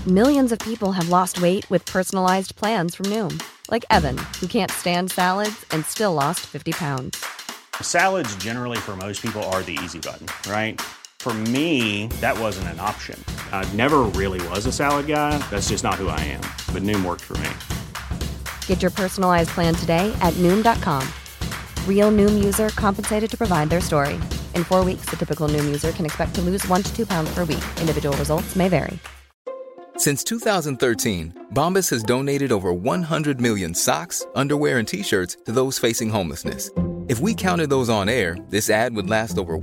Millions of people have lost weight with personalized plans from Noom. Like Evan, who can't stand salads and still lost 50 pounds. Salads generally for most people are the easy button, right? For me, that wasn't an option. I never really was a salad guy. That's just not who I am. But Noom worked for me. Get your personalized plan today at Noom.com. Real Noom user compensated to provide their story. In 4 weeks, the typical Noom user can expect to lose 1 to 2 pounds per week. Individual results may vary. Since 2013, Bombas has donated over 100 million socks, underwear, and T-shirts to those facing homelessness. If we counted those on air, this ad would last over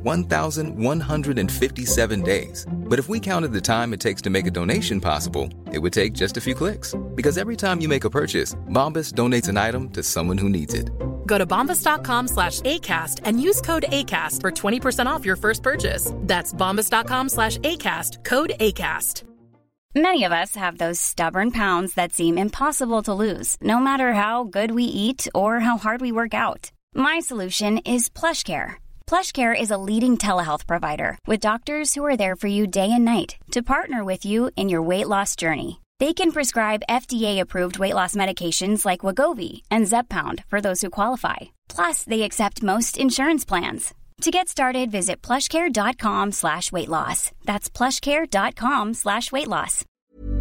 1,157 days. But if we counted the time it takes to make a donation possible, it would take just a few clicks. Because every time you make a purchase, Bombas donates an item to someone who needs it. Go to bombas.com/ACAST and use code ACAST for 20% off your first purchase. That's bombas.com/ACAST, code ACAST. Many of us have those stubborn pounds that seem impossible to lose, no matter how good we eat or how hard we work out. My solution is PlushCare. PlushCare is a leading telehealth provider with doctors who are there for you day and night to partner with you in your weight loss journey. They can prescribe FDA-approved weight loss medications like Wegovy and Zepbound for those who qualify. Plus, they accept most insurance plans. To get started, visit plushcare.com/weightloss. That's plushcare.com/weightloss.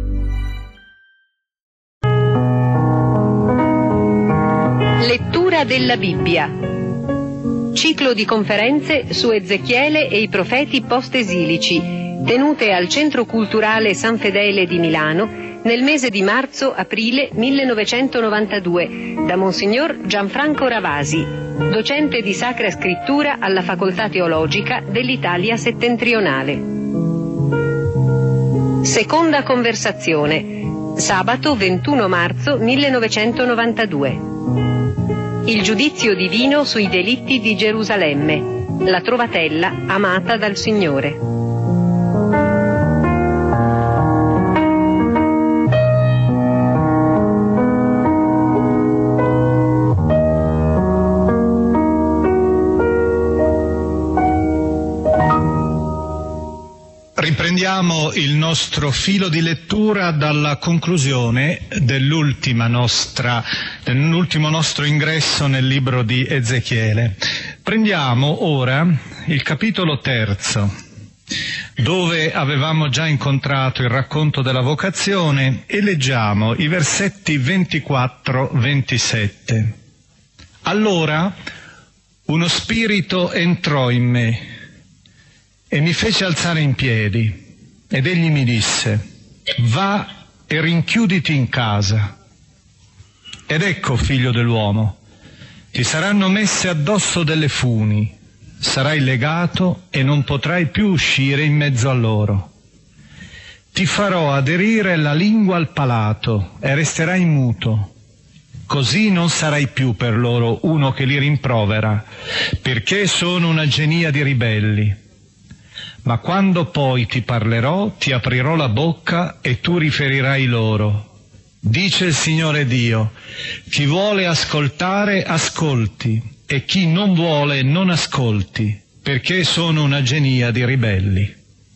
Lettura della Bibbia. Ciclo di conferenze su Ezechiele e i profeti post-esilici, tenute al Centro Culturale San Fedele di Milano nel mese di marzo-aprile 1992 da Monsignor Gianfranco Ravasi, docente di Sacra Scrittura alla Facoltà Teologica dell'Italia Settentrionale. Seconda conversazione, sabato 21 marzo 1992. Il giudizio divino sui delitti di Gerusalemme, la trovatella amata dal Signore. Riprendiamo il nostro filo di lettura dalla conclusione dell'ultimo nostro ingresso nel libro di Ezechiele. Prendiamo ora il capitolo 3, dove avevamo già incontrato il racconto della vocazione, e leggiamo i versetti 24-27. Allora uno spirito entrò in me e mi fece alzare in piedi, ed egli mi disse: va e rinchiuditi in casa. Ed ecco, figlio dell'uomo, ti saranno messe addosso delle funi, sarai legato e non potrai più uscire in mezzo a loro. Ti farò aderire la lingua al palato e resterai muto. Così non sarai più per loro uno che li rimprovera, perché sono una genia di ribelli. Ma quando poi ti parlerò, ti aprirò la bocca e tu riferirai loro. Dice il Signore Dio: chi vuole ascoltare, ascolti, e chi non vuole, non ascolti, perché sono una genia di ribelli.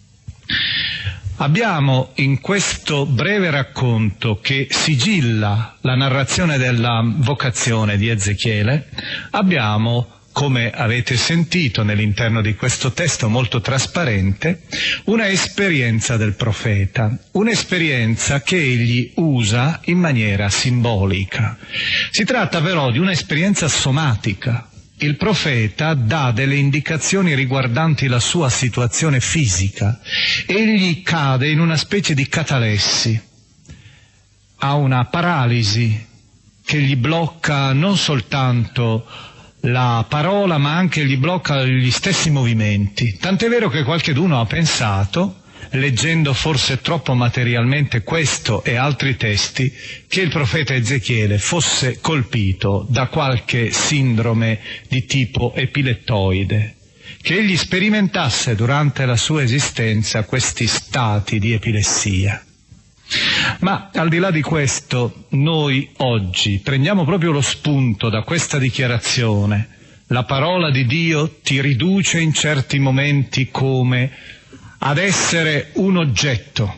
Abbiamo in questo breve racconto, che sigilla la narrazione della vocazione di Ezechiele, abbiamo, come avete sentito nell'interno di questo testo molto trasparente, una esperienza del profeta, un'esperienza che egli usa in maniera simbolica. Si tratta però di un'esperienza somatica. Il profeta dà delle indicazioni riguardanti la sua situazione fisica. Egli cade in una specie di catalessi, ha una paralisi che gli blocca non soltanto la parola, ma anche gli blocca gli stessi movimenti. Tant'è vero che qualcheduno ha pensato, leggendo forse troppo materialmente questo e altri testi, che il profeta Ezechiele fosse colpito da qualche sindrome di tipo epilettoide, che egli sperimentasse durante la sua esistenza questi stati di epilessia. Ma al di là di questo, noi oggi prendiamo proprio lo spunto da questa dichiarazione. La parola di Dio ti riduce in certi momenti come ad essere un oggetto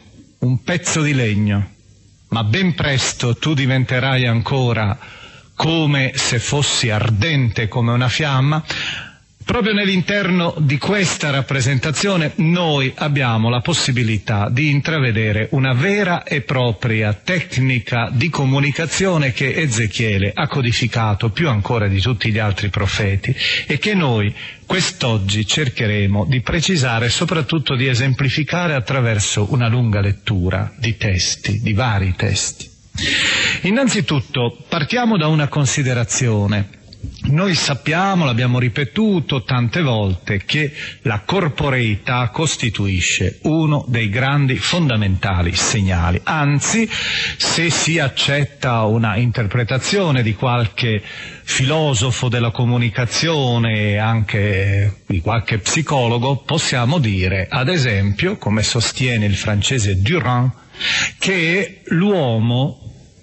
un pezzo di legno, ma ben presto tu diventerai ancora come se fossi ardente come una fiamma. Proprio nell'interno di questa rappresentazione noi abbiamo la possibilità di intravedere una vera e propria tecnica di comunicazione che Ezechiele ha codificato più ancora di tutti gli altri profeti e che noi quest'oggi cercheremo di precisare e soprattutto di esemplificare attraverso una lunga lettura di testi, di vari testi. Innanzitutto partiamo da una considerazione. Noi sappiamo, l'abbiamo ripetuto tante volte, che la corporeità costituisce uno dei grandi fondamentali segnali. Anzi, se si accetta una interpretazione di qualche filosofo della comunicazione e anche di qualche psicologo, possiamo dire, ad esempio, come sostiene il francese Durand, che l'uomo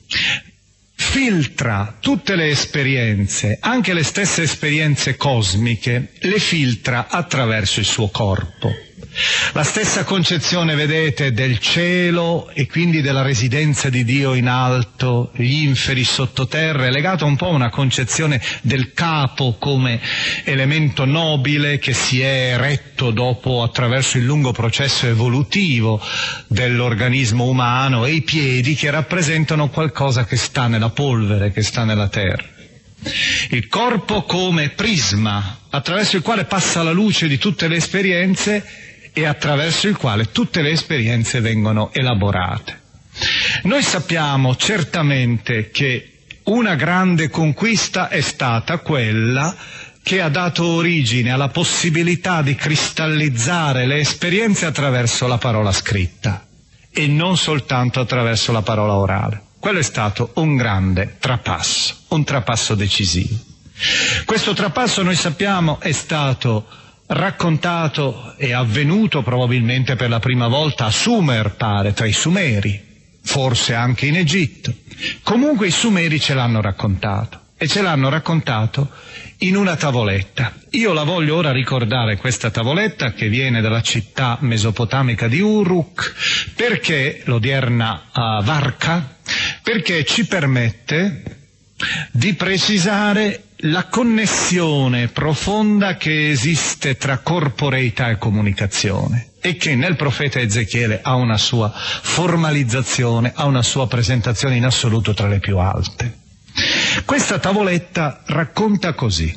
filtra tutte le esperienze, anche le stesse esperienze cosmiche, le filtra attraverso il suo corpo. La stessa concezione, vedete, del cielo e quindi della residenza di Dio in alto, gli inferi sottoterra, è legata un po' a una concezione del capo come elemento nobile che si è eretto dopo attraverso il lungo processo evolutivo dell'organismo umano, e i piedi che rappresentano qualcosa che sta nella polvere, che sta nella terra. Il corpo come prisma attraverso il quale passa la luce di tutte le esperienze e attraverso il quale tutte le esperienze vengono elaborate. Noi sappiamo certamente che una grande conquista è stata quella che ha dato origine alla possibilità di cristallizzare le esperienze attraverso la parola scritta e non soltanto attraverso la parola orale. Quello è stato un grande trapasso, un trapasso decisivo. Questo trapasso, noi sappiamo, è stato raccontato e avvenuto probabilmente per la prima volta a Sumer, pare, tra i Sumeri, forse anche in Egitto. Comunque i Sumeri ce l'hanno raccontato, e ce l'hanno raccontato in una tavoletta. Io la voglio ora ricordare, questa tavoletta, che viene dalla città mesopotamica di Uruk, perché l'odierna Varka, perché ci permette di precisare la connessione profonda che esiste tra corporeità e comunicazione e che nel profeta Ezechiele ha una sua formalizzazione, ha una sua presentazione in assoluto tra le più alte. Questa tavoletta racconta così: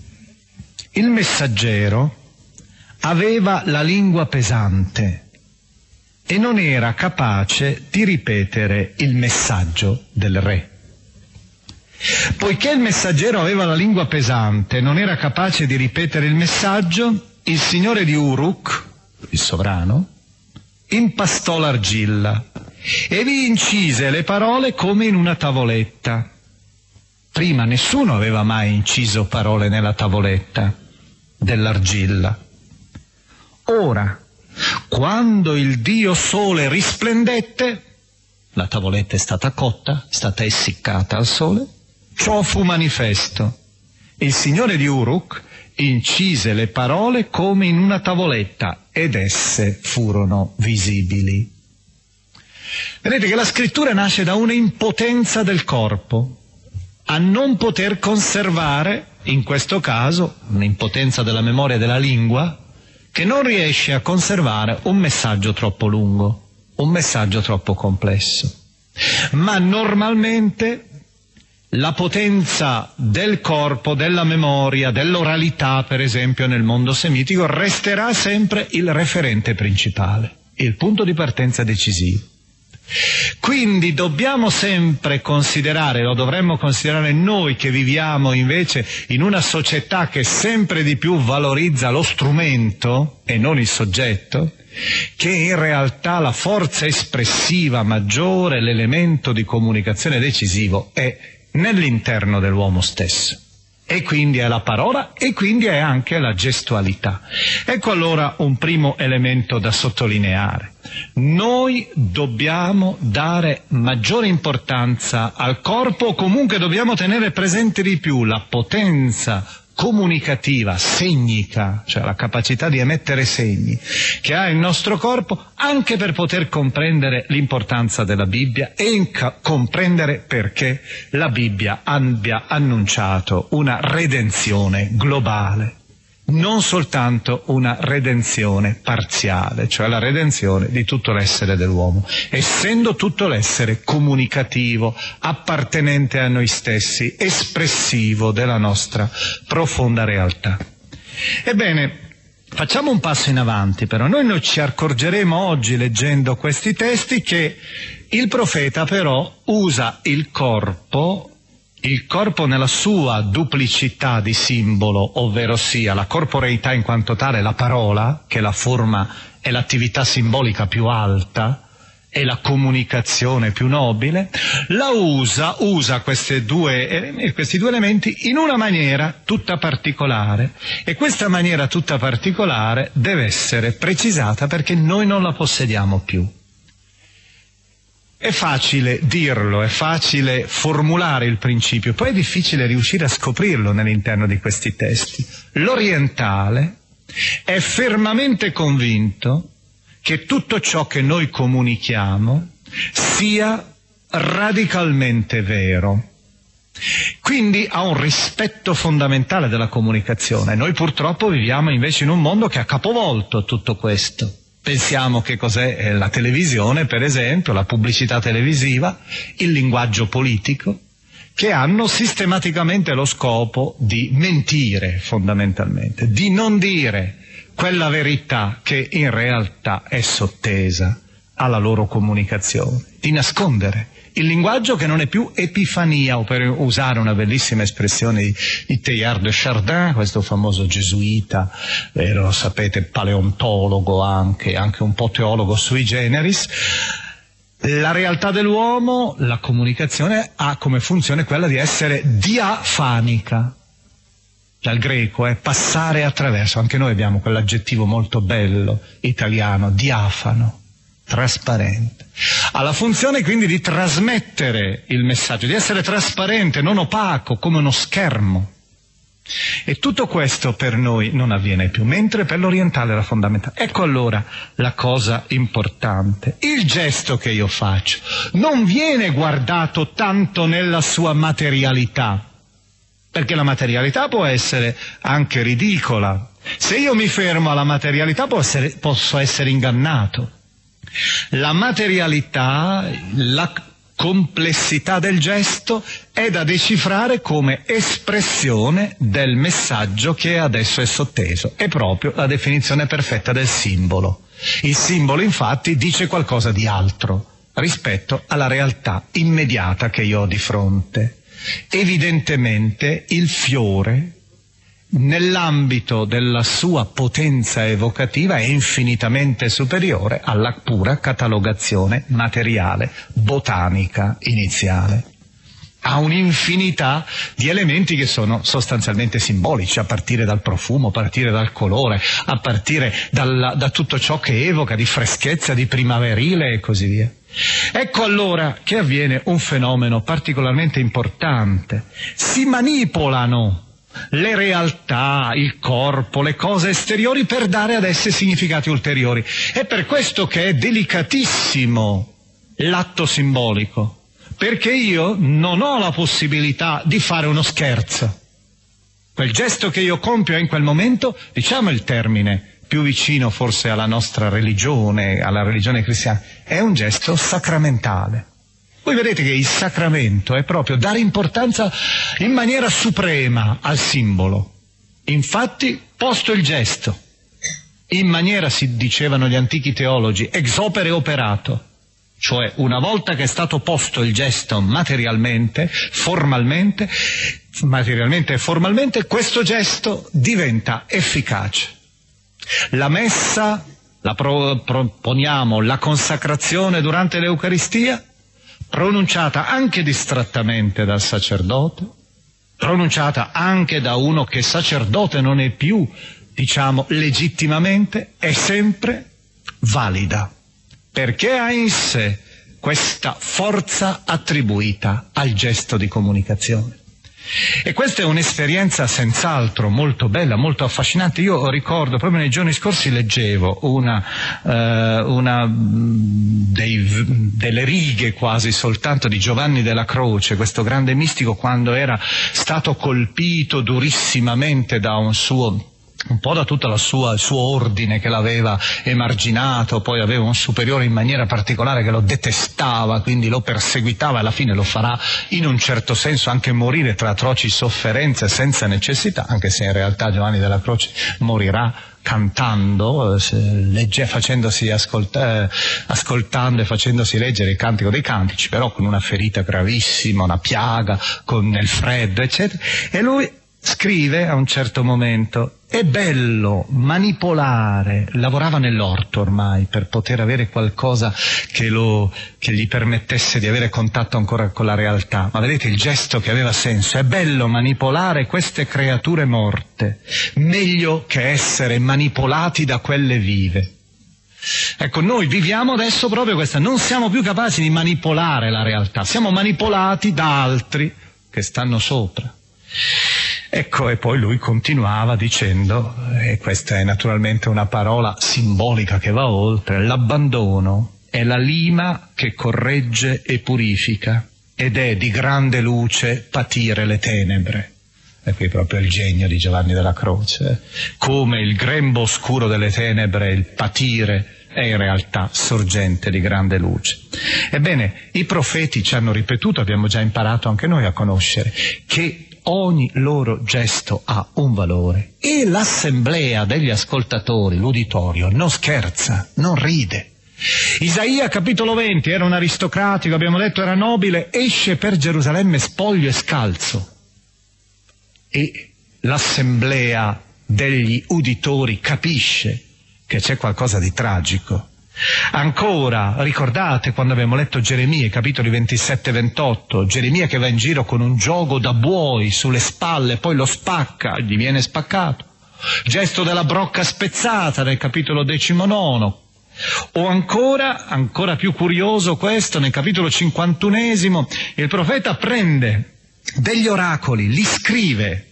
il messaggero aveva la lingua pesante e non era capace di ripetere il messaggio del re. Poiché il messaggero aveva la lingua pesante e non era capace di ripetere il messaggio, il signore di Uruk, il sovrano, impastò l'argilla e vi incise le parole come in una tavoletta. Prima nessuno aveva mai inciso parole nella tavoletta dell'argilla. Ora, quando il dio sole risplendette, la tavoletta è stata cotta, è stata essiccata al sole, ciò fu manifesto. Il signore di Uruk incise le parole come in una tavoletta ed esse furono visibili. Vedete che la scrittura nasce da una impotenza del corpo a non poter conservare, in questo caso, un'impotenza della memoria della lingua, che non riesce a conservare un messaggio troppo lungo, un messaggio troppo complesso. Ma normalmente la potenza del corpo, della memoria, dell'oralità, per esempio nel mondo semitico, resterà sempre il referente principale, il punto di partenza decisivo. Quindi dobbiamo sempre considerare, lo dovremmo considerare noi che viviamo invece in una società che sempre di più valorizza lo strumento e non il soggetto, che in realtà la forza espressiva maggiore, l'elemento di comunicazione decisivo è nell'interno dell'uomo stesso, e quindi è la parola e quindi è anche la gestualità. Ecco allora un primo elemento da sottolineare: noi dobbiamo dare maggiore importanza al corpo, o comunque dobbiamo tenere presente di più la potenza comunicativa, segnica, cioè la capacità di emettere segni che ha il nostro corpo, anche per poter comprendere l'importanza della Bibbia e comprendere perché la Bibbia abbia annunciato una redenzione globale, non soltanto una redenzione parziale, cioè la redenzione di tutto l'essere dell'uomo, essendo tutto l'essere comunicativo, appartenente a noi stessi, espressivo della nostra profonda realtà. Ebbene, facciamo un passo in avanti, però noi ci accorgeremo oggi, leggendo questi testi, che il profeta però usa il corpo nella sua duplicità di simbolo, ovvero sia la corporeità in quanto tale, la parola, che è la forma e l'attività simbolica più alta, e la comunicazione più nobile, usa questi due elementi in una maniera tutta particolare, e questa maniera tutta particolare deve essere precisata perché noi non la possediamo più. È facile dirlo, è facile formulare il principio, poi è difficile riuscire a scoprirlo all'interno di questi testi. L'orientale è fermamente convinto che tutto ciò che noi comunichiamo sia radicalmente vero. Quindi ha un rispetto fondamentale della comunicazione. Noi purtroppo viviamo invece in un mondo che ha capovolto tutto questo. Pensiamo che cos'è la televisione, per esempio, la pubblicità televisiva, il linguaggio politico, che hanno sistematicamente lo scopo di mentire fondamentalmente, di non dire quella verità che in realtà è sottesa alla loro comunicazione, di nascondere il linguaggio che non è più epifania, o per usare una bellissima espressione di Teilhard de Chardin, questo famoso gesuita, lo sapete, paleontologo anche un po' teologo sui generis. La realtà dell'uomo, la comunicazione, ha come funzione quella di essere diafanica. Dal greco è passare attraverso, anche noi abbiamo quell'aggettivo molto bello italiano, diafano, trasparente. Ha la funzione quindi di trasmettere il messaggio, di essere trasparente, non opaco, come uno schermo. E tutto questo per noi non avviene più, mentre per l'orientale era fondamentale. Ecco allora la cosa importante. Il gesto che io faccio non viene guardato tanto nella sua materialità, perché la materialità può essere anche ridicola. Se io mi fermo alla materialità posso essere ingannato. La materialità, la complessità del gesto è da decifrare come espressione del messaggio che adesso è sotteso. È proprio la definizione perfetta del simbolo. Il simbolo infatti dice qualcosa di altro rispetto alla realtà immediata che io ho di fronte. Evidentemente il fiore, nell'ambito della sua potenza evocativa, è infinitamente superiore alla pura catalogazione materiale, botanica iniziale. Ha un'infinità di elementi che sono sostanzialmente simbolici, a partire dal profumo, a partire dal colore, a partire da tutto ciò che evoca di freschezza, di primaverile e così via. Ecco allora che avviene un fenomeno particolarmente importante. Si manipolano le realtà, il corpo, le cose esteriori per dare ad esse significati ulteriori. È per questo che è delicatissimo l'atto simbolico, perché io non ho la possibilità di fare uno scherzo. Quel gesto che io compio è in quel momento, diciamo il termine più vicino forse alla nostra religione, alla religione cristiana, è un gesto sacramentale. Voi vedete che il sacramento è proprio dare importanza in maniera suprema al simbolo. Infatti, posto il gesto, in maniera, si dicevano gli antichi teologi, ex opere operato, cioè una volta che è stato posto il gesto materialmente e formalmente, questo gesto diventa efficace. La messa, proponiamo la consacrazione durante l'Eucaristia, pronunciata anche distrattamente dal sacerdote, pronunciata anche da uno che sacerdote non è più, diciamo, legittimamente, è sempre valida, perché ha in sé questa forza attribuita al gesto di comunicazione. E questa è un'esperienza senz'altro molto bella, molto affascinante. Io ricordo, proprio nei giorni scorsi leggevo delle righe quasi soltanto di Giovanni della Croce, questo grande mistico, quando era stato colpito durissimamente da un po' da tutto il suo ordine che l'aveva emarginato, poi aveva un superiore in maniera particolare che lo detestava, quindi lo perseguitava, e alla fine lo farà in un certo senso anche morire tra atroci sofferenze senza necessità, anche se in realtà Giovanni della Croce morirà cantando, facendosi ascoltando e facendosi leggere il Cantico dei Cantici, però con una ferita gravissima, una piaga, con il freddo, eccetera. E lui scrive a un certo momento: è bello manipolare, lavorava nell'orto ormai per poter avere qualcosa che gli permettesse di avere contatto ancora con la realtà, ma vedete il gesto che aveva senso: è bello manipolare queste creature morte, meglio che essere manipolati da quelle vive. Ecco, noi viviamo adesso proprio questa, non siamo più capaci di manipolare la realtà, siamo manipolati da altri che stanno sopra. Ecco, e poi lui continuava dicendo, e questa è naturalmente una parola simbolica che va oltre: l'abbandono è la lima che corregge e purifica, ed è di grande luce patire le tenebre. E qui proprio il genio di Giovanni della Croce, come il grembo oscuro delle tenebre, il patire, è in realtà sorgente di grande luce. Ebbene, i profeti ci hanno ripetuto, abbiamo già imparato anche noi a conoscere, che ogni loro gesto ha un valore, e l'assemblea degli ascoltatori, l'uditorio, non scherza, non ride. Isaia capitolo 20 era un aristocratico, abbiamo detto era nobile, esce per Gerusalemme spoglio e scalzo, e l'assemblea degli uditori capisce che c'è qualcosa di tragico. Ancora, ricordate quando abbiamo letto Geremia, capitoli 27 e 28, Geremia che va in giro con un giogo da buoi sulle spalle, poi lo spacca, gli viene spaccato. Gesto della brocca spezzata nel capitolo 19. O ancora più curioso questo, nel capitolo 51, il profeta prende degli oracoli, li scrive,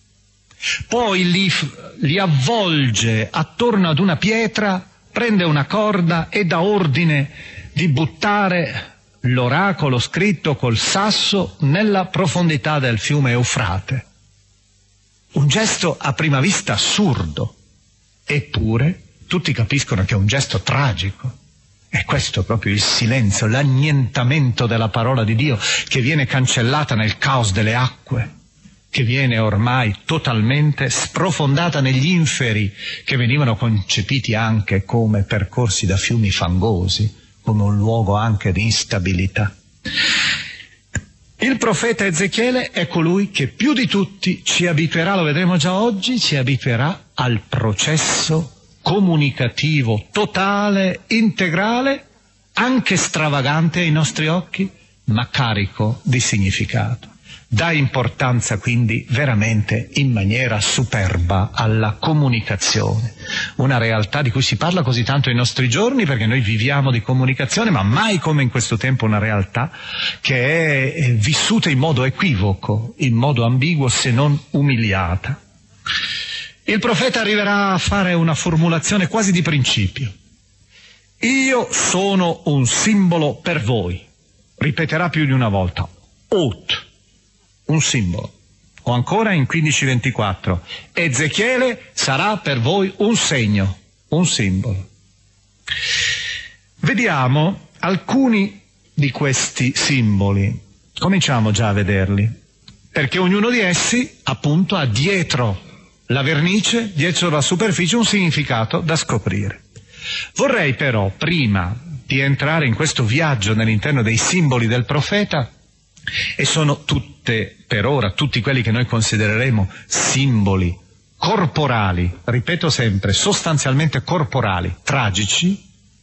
poi li avvolge attorno ad una pietra, prende una corda e dà ordine di buttare l'oracolo scritto col sasso nella profondità del fiume Eufrate. Un gesto a prima vista assurdo, eppure tutti capiscono che è un gesto tragico. E questo è proprio il silenzio, l'annientamento della parola di Dio che viene cancellata nel caos delle acque, che viene ormai totalmente sprofondata negli inferi che venivano concepiti anche come percorsi da fiumi fangosi, come un luogo anche di instabilità. Il profeta Ezechiele è colui che più di tutti ci abituerà, lo vedremo già oggi, ci abituerà al processo comunicativo totale, integrale, anche stravagante ai nostri occhi, ma carico di significato. Dà importanza quindi veramente in maniera superba alla comunicazione, una realtà di cui si parla così tanto ai nostri giorni perché noi viviamo di comunicazione, ma mai come in questo tempo una realtà che è vissuta in modo equivoco, in modo ambiguo se non umiliata. Il profeta arriverà a fare una formulazione quasi di principio. Io sono un simbolo per voi, ripeterà più di una volta, Ot. Un simbolo. O ancora in 15:24, Ezechiele sarà per voi un segno, un simbolo. Vediamo alcuni di questi simboli. Cominciamo già a vederli, perché ognuno di essi appunto ha dietro la vernice, dietro la superficie, un significato da scoprire. Vorrei però, prima di entrare in questo viaggio nell'interno dei simboli del profeta, e sono per ora tutti quelli che noi considereremo simboli corporali, ripeto sempre, sostanzialmente corporali, tragici.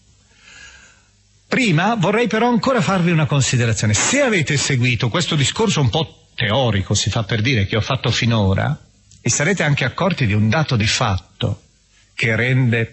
Prima vorrei però ancora farvi una considerazione. Se avete seguito questo discorso un po' teorico, si fa per dire, che ho fatto finora, vi sarete anche accorti di un dato di fatto che rende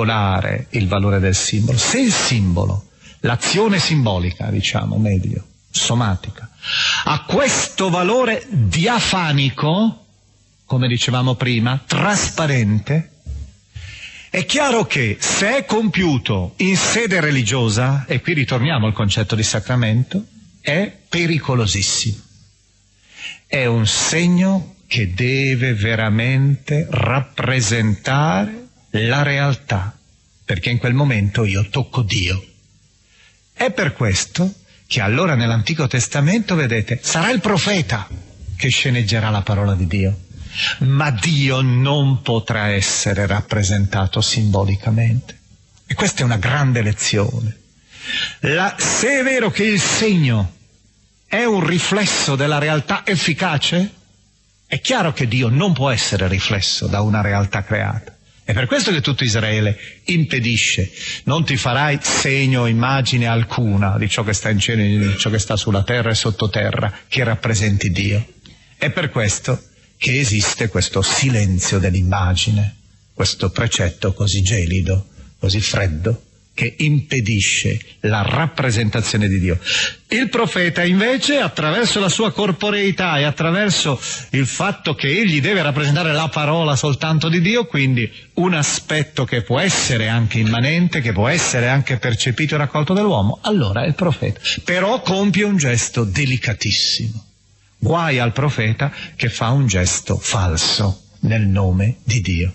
particolare il valore del simbolo. Se il simbolo, l'azione simbolica, diciamo meglio, somatica, ha questo valore diafanico, come dicevamo prima, trasparente, è chiaro che se è compiuto in sede religiosa, e qui ritorniamo al concetto di sacramento, è pericolosissimo. È un segno che deve veramente rappresentare la realtà, perché in quel momento io tocco Dio. È per questo che allora nell'Antico Testamento, vedete, sarà il profeta che sceneggerà la parola di Dio, ma Dio non potrà essere rappresentato simbolicamente. E questa è una grande lezione. Se è vero che il segno è un riflesso della realtà efficace, è chiaro che Dio non può essere riflesso da una realtà creata. È per questo che tutto Israele impedisce: non ti farai segno, immagine alcuna di ciò che sta in cielo, di ciò che sta sulla terra e sottoterra, che rappresenti Dio. È per questo che esiste questo silenzio dell'immagine, questo precetto così gelido, così freddo, che impedisce la rappresentazione di Dio. Il profeta invece, attraverso la sua corporeità e attraverso il fatto che egli deve rappresentare la parola soltanto di Dio, quindi un aspetto che può essere anche immanente, che può essere anche percepito e raccolto dall'uomo, allora è il profeta. Però compie un gesto delicatissimo. Guai al profeta che fa un gesto falso nel nome di Dio.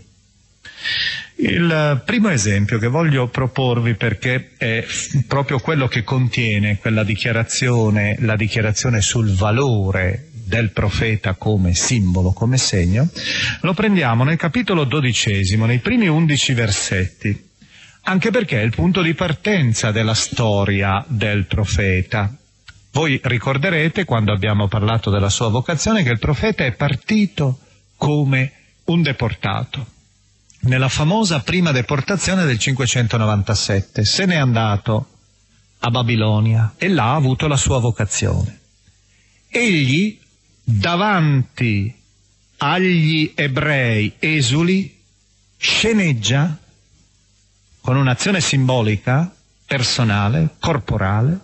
Il primo esempio che voglio proporvi, perché è proprio quello che contiene quella dichiarazione, la dichiarazione sul valore del profeta come simbolo, come segno, lo prendiamo nel capitolo 12, nei primi 11 versetti, anche perché è il punto di partenza della storia del profeta. Voi ricorderete, quando abbiamo parlato della sua vocazione, che il profeta è partito come un deportato. Nella famosa prima deportazione del 597 se n'è andato a Babilonia e là ha avuto la sua vocazione. Egli, davanti agli ebrei esuli, sceneggia con un'azione simbolica, personale, corporale,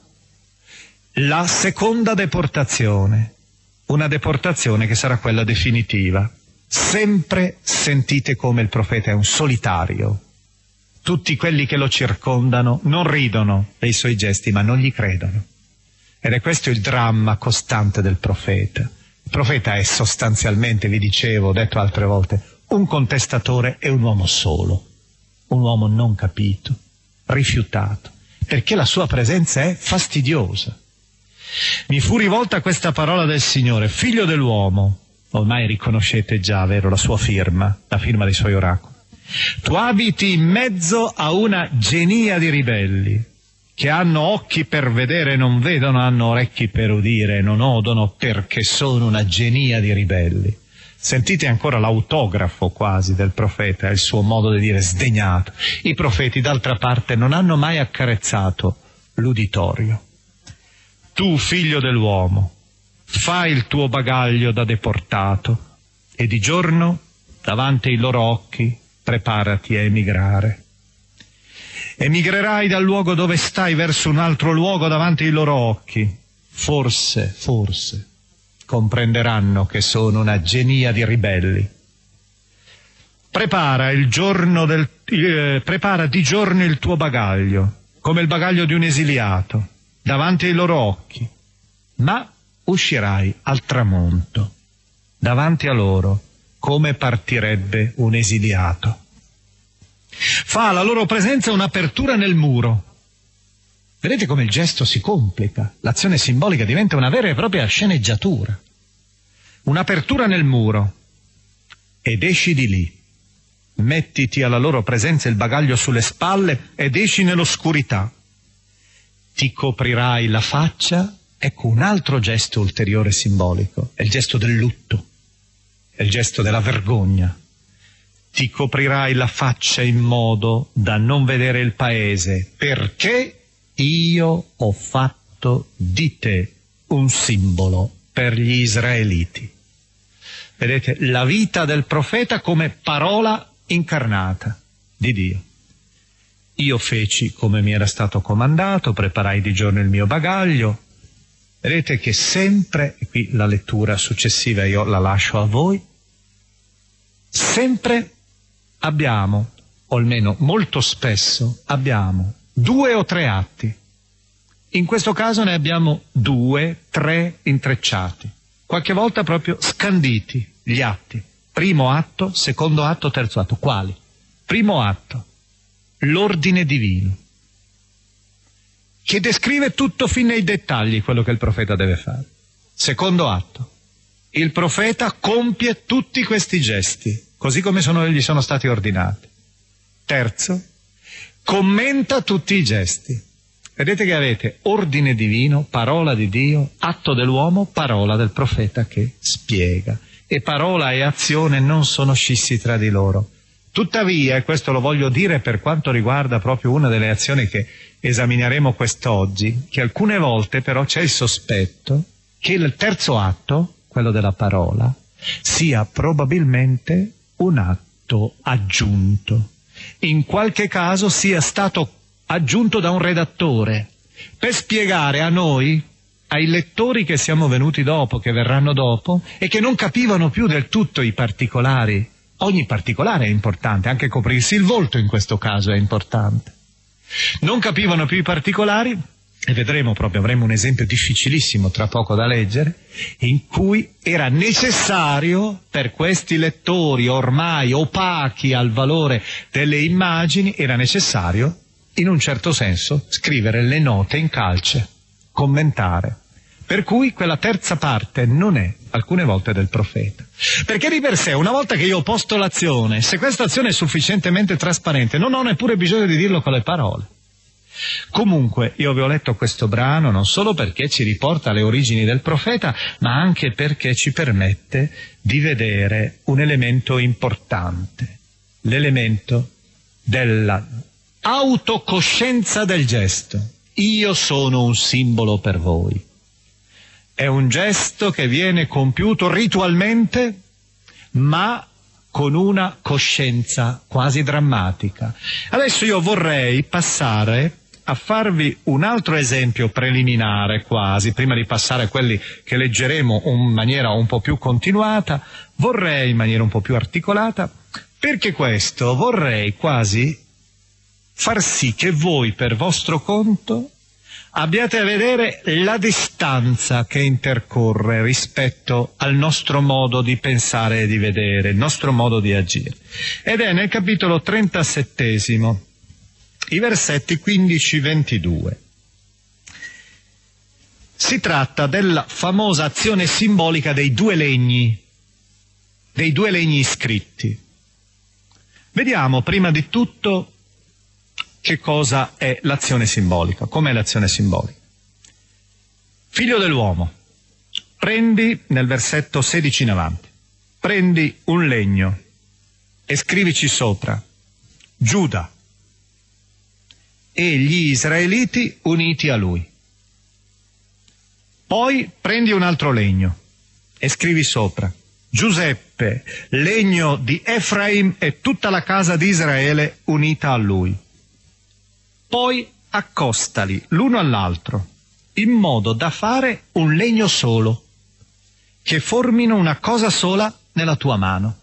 la seconda deportazione, una deportazione che sarà quella definitiva. Sempre sentite come il profeta è un solitario. Tutti quelli che lo circondano non ridono dei suoi gesti, ma non gli credono. Ed è questo il dramma costante del profeta. Il profeta è sostanzialmente, vi dicevo, ho detto altre volte, un contestatore e un uomo solo, un uomo non capito, rifiutato, perché la sua presenza è fastidiosa. Mi fu rivolta questa parola del Signore: figlio dell'uomo. Ormai riconoscete già, vero, la sua firma, la firma dei suoi oracoli. Tu abiti in mezzo a una genia di ribelli, che hanno occhi per vedere e non vedono, hanno orecchi per udire e non odono, perché sono una genia di ribelli. Sentite ancora l'autografo quasi del profeta, il suo modo di dire sdegnato. I profeti, d'altra parte, non hanno mai accarezzato l'uditorio. Tu, figlio dell'uomo, fai il tuo bagaglio da deportato e di giorno, davanti ai loro occhi, preparati a emigrare. Emigrerai dal luogo dove stai verso un altro luogo davanti ai loro occhi. Forse, comprenderanno che sono una genia di ribelli. Prepara di giorno il tuo bagaglio, come il bagaglio di un esiliato, davanti ai loro occhi, ma uscirai al tramonto, davanti a loro, come partirebbe un esiliato. Fa alla loro presenza un'apertura nel muro. Vedete come il gesto si complica, l'azione simbolica diventa una vera e propria sceneggiatura. Un'apertura nel muro, ed esci di lì. Mettiti alla loro presenza il bagaglio sulle spalle ed esci nell'oscurità. Ti coprirai la faccia. Ecco un altro gesto ulteriore simbolico, è il gesto del lutto, è il gesto della vergogna. Ti coprirai la faccia in modo da non vedere il paese, perché io ho fatto di te un simbolo per gli israeliti. Vedete, la vita del profeta come parola incarnata di Dio. Io feci come mi era stato comandato, preparai di giorno il mio bagaglio, vedete che sempre, e qui la lettura successiva io la lascio a voi, sempre abbiamo, o almeno molto spesso abbiamo 2 o 3 atti. In questo caso ne abbiamo 2, 3 intrecciati, qualche volta proprio scanditi gli atti. Primo atto, secondo atto, terzo atto. Quali? Primo atto, l'ordine divino, che descrive tutto fin nei dettagli quello che il profeta deve fare. Secondo atto, il profeta compie tutti questi gesti, così come gli sono stati ordinati. Terzo, commenta tutti i gesti. Vedete che avete ordine divino, parola di Dio, atto dell'uomo, parola del profeta che spiega. E parola e azione non sono scissi tra di loro. Tuttavia, e questo lo voglio dire per quanto riguarda proprio una delle azioni che esamineremo quest'oggi, che alcune volte però c'è il sospetto che il terzo atto, quello della parola, sia probabilmente un atto aggiunto. In qualche caso sia stato aggiunto da un redattore per spiegare a noi, ai lettori che siamo venuti dopo, che verranno dopo, e che non capivano più del tutto i particolari. Ogni particolare è importante, anche coprirsi il volto in questo caso è importante. Non capivano più i particolari, e vedremo proprio, avremo un esempio difficilissimo tra poco da leggere, in cui era necessario per questi lettori ormai opachi al valore delle immagini, era necessario in un certo senso scrivere le note in calce, commentare. Per cui quella terza parte non è alcune volte del profeta. Perché di per sé, una volta che io ho posto l'azione, se questa azione è sufficientemente trasparente, non ho neppure bisogno di dirlo con le parole. Comunque, io vi ho letto questo brano non solo perché ci riporta alle origini del profeta, ma anche perché ci permette di vedere un elemento importante, l'elemento della autocoscienza del gesto. Io sono un simbolo per voi. È un gesto che viene compiuto ritualmente, ma con una coscienza quasi drammatica. Adesso io vorrei passare a farvi un altro esempio preliminare quasi, prima di passare a quelli che leggeremo in maniera un po' più continuata, vorrei in maniera un po' più articolata, perché questo vorrei quasi far sì che voi per vostro conto abbiate a vedere la distanza che intercorre rispetto al nostro modo di pensare e di vedere, il nostro modo di agire. Ed è nel capitolo 37, i versetti 15-22. Si tratta della famosa azione simbolica dei 2 legni iscritti. Vediamo prima di tutto che cosa è l'azione simbolica. Com'è l'azione simbolica? Figlio dell'uomo, prendi, nel versetto 16 in avanti, prendi un legno e scrivici sopra, Giuda e gli israeliti uniti a lui. Poi prendi un altro legno e scrivi sopra, Giuseppe, legno di Efraim e tutta la casa di Israele unita a lui. Poi accostali l'uno all'altro, in modo da fare un legno solo, che formino una cosa sola nella tua mano.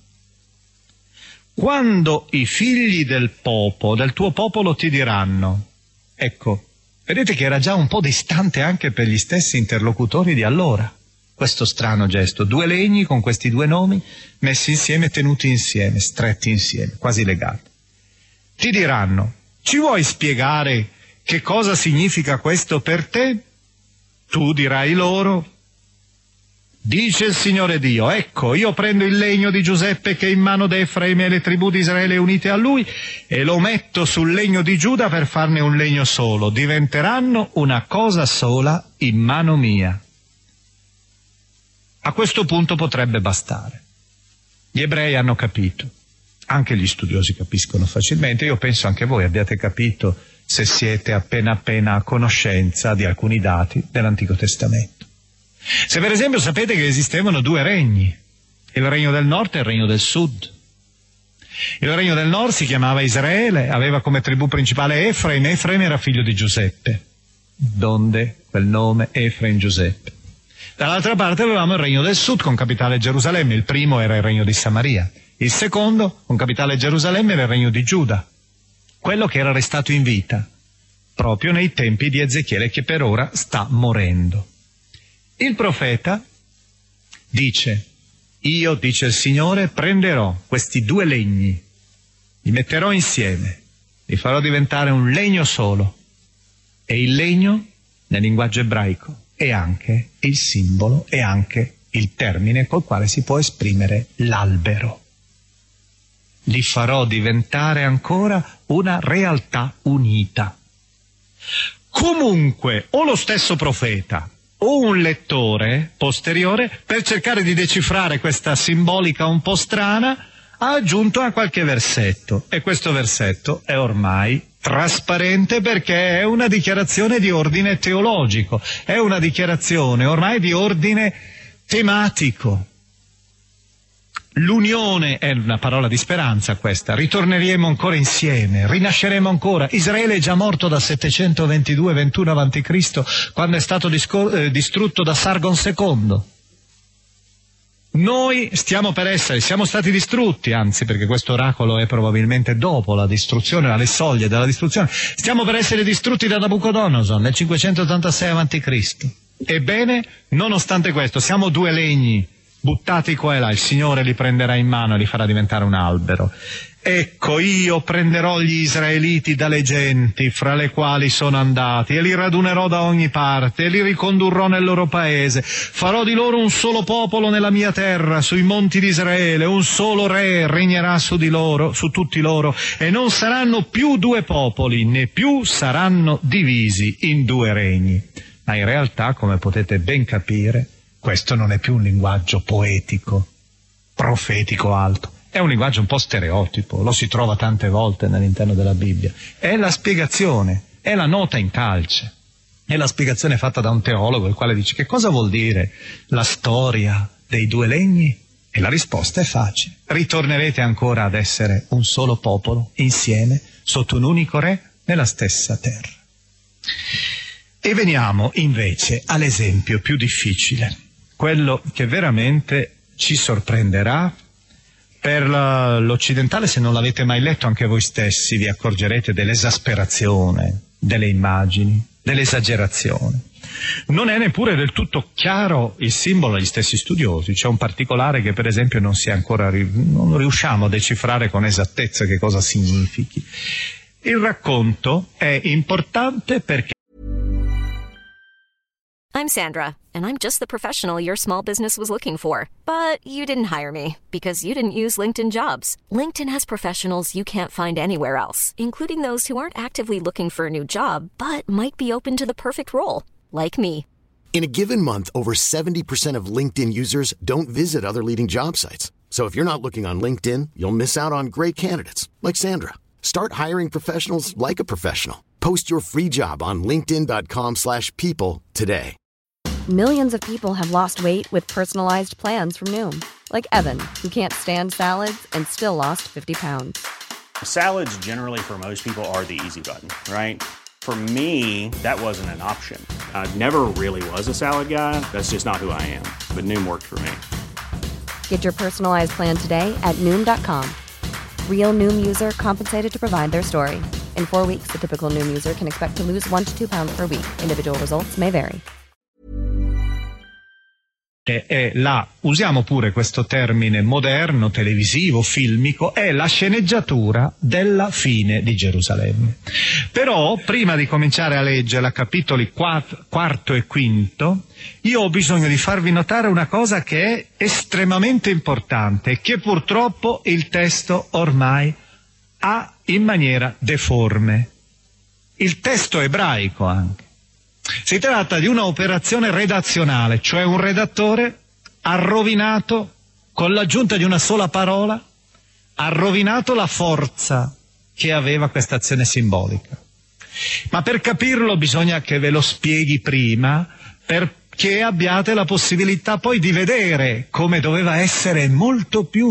Quando i figli del tuo popolo ti diranno, ecco, vedete che era già un po' distante anche per gli stessi interlocutori di allora, questo strano gesto, 2 legni con questi 2 nomi messi insieme, tenuti insieme, stretti insieme, quasi legati. Ti diranno, ci vuoi spiegare che cosa significa questo per te? Tu dirai loro, dice il Signore Dio, ecco, io prendo il legno di Giuseppe che è in mano di Efraim e le tribù di Israele unite a lui e lo metto sul legno di Giuda per farne un legno solo. Diventeranno una cosa sola in mano mia. A questo punto potrebbe bastare. Gli ebrei hanno capito. Anche gli studiosi capiscono facilmente, io penso anche voi abbiate capito se siete appena a conoscenza di alcuni dati dell'Antico Testamento. Se per esempio sapete che esistevano 2 regni, il regno del nord e il regno del sud. Il regno del nord si chiamava Israele, aveva come tribù principale Efraim era figlio di Giuseppe. donde quel nome Efraim Giuseppe. Dall'altra parte avevamo il regno del sud con capitale Gerusalemme, il primo era il regno di Samaria, il secondo con capitale Gerusalemme era il regno di Giuda, quello che era restato in vita, proprio nei tempi di Ezechiele che per ora sta morendo. Il profeta dice: io, dice il Signore, prenderò questi due legni, li metterò insieme, li farò diventare un legno solo, e il legno nel linguaggio ebraico è anche il simbolo, è anche il termine col quale si può esprimere l'albero. Li farò diventare ancora una realtà unita. Comunque, o lo stesso profeta o un lettore posteriore, per cercare di decifrare questa simbolica un po' strana, ha aggiunto a qualche versetto, e questo versetto è ormai trasparente perché è una dichiarazione di ordine teologico, è una dichiarazione ormai di ordine tematico. L'unione è una parola di speranza questa, ritorneremo ancora insieme, rinasceremo ancora. Israele è già morto da 722-21 a.C. quando è stato distrutto da Sargon II. Noi stiamo per essere, siamo stati distrutti, anzi perché questo oracolo è probabilmente dopo la distruzione, alle soglie della distruzione, stiamo per essere distrutti da Nabucodonosor nel 586 a.C. Ebbene, nonostante questo, siamo due legni buttati qua e là, il Signore li prenderà in mano e li farà diventare un albero. Ecco, io prenderò gli israeliti dalle genti fra le quali sono andati e li radunerò da ogni parte e li ricondurrò nel loro paese. Farò di loro un solo popolo nella mia terra, sui monti di Israele, un solo re regnerà su di loro, su tutti loro, e non saranno più due popoli, né più saranno divisi in due regni. Ma in realtà, come potete ben capire, questo non è più un linguaggio poetico, profetico alto, è un linguaggio un po' stereotipo, lo si trova tante volte all'interno della Bibbia. È la spiegazione, è la nota in calce, è la spiegazione fatta da un teologo, il quale dice: che cosa vuol dire la storia dei due legni? E la risposta è facile: ritornerete ancora ad essere un solo popolo, insieme, sotto un unico re, nella stessa terra. E veniamo invece all'esempio più difficile, quello che veramente ci sorprenderà. Per l'occidentale, se non l'avete mai letto anche voi stessi, vi accorgerete dell'esasperazione delle immagini, dell'esagerazione. Non è neppure del tutto chiaro il simbolo agli stessi studiosi. C'è un particolare che per esempio non riusciamo a decifrare con esattezza che cosa significhi. Il racconto è importante perché I'm Sandra, and I'm just the professional your small business was looking for. But you didn't hire me, because you didn't use LinkedIn Jobs. LinkedIn has professionals you can't find anywhere else, including those who aren't actively looking for a new job, but might be open to the perfect role, like me. In a given month, over 70% of LinkedIn users don't visit other leading job sites. So if you're not looking on LinkedIn, you'll miss out on great candidates, like Sandra. Start hiring professionals like a professional. Post your free job on linkedin.com/people today. Millions of people have lost weight with personalized plans from Noom. Like Evan, who can't stand salads and still lost 50 pounds. Salads generally for most people are the easy button, right? For me, that wasn't an option. I never really was a salad guy. That's just not who I am. But Noom worked for me. Get your personalized plan today at Noom.com. Real Noom user compensated to provide their story. In 4 weeks, the typical Noom user can expect to lose 1 to 2 pounds per week. Individual results may vary. Usiamo pure questo termine moderno, televisivo, filmico, è la sceneggiatura della fine di Gerusalemme. Però, prima di cominciare a leggere capitoli quarto e quinto, io ho bisogno di farvi notare una cosa che è estremamente importante e che purtroppo il testo ormai ha in maniera deforme. Il testo ebraico anche. Si tratta di una operazione redazionale, cioè un redattore ha rovinato, con l'aggiunta di una sola parola, ha rovinato la forza che aveva questa azione simbolica. Ma per capirlo bisogna che ve lo spieghi prima, perché abbiate la possibilità poi di vedere come doveva essere molto più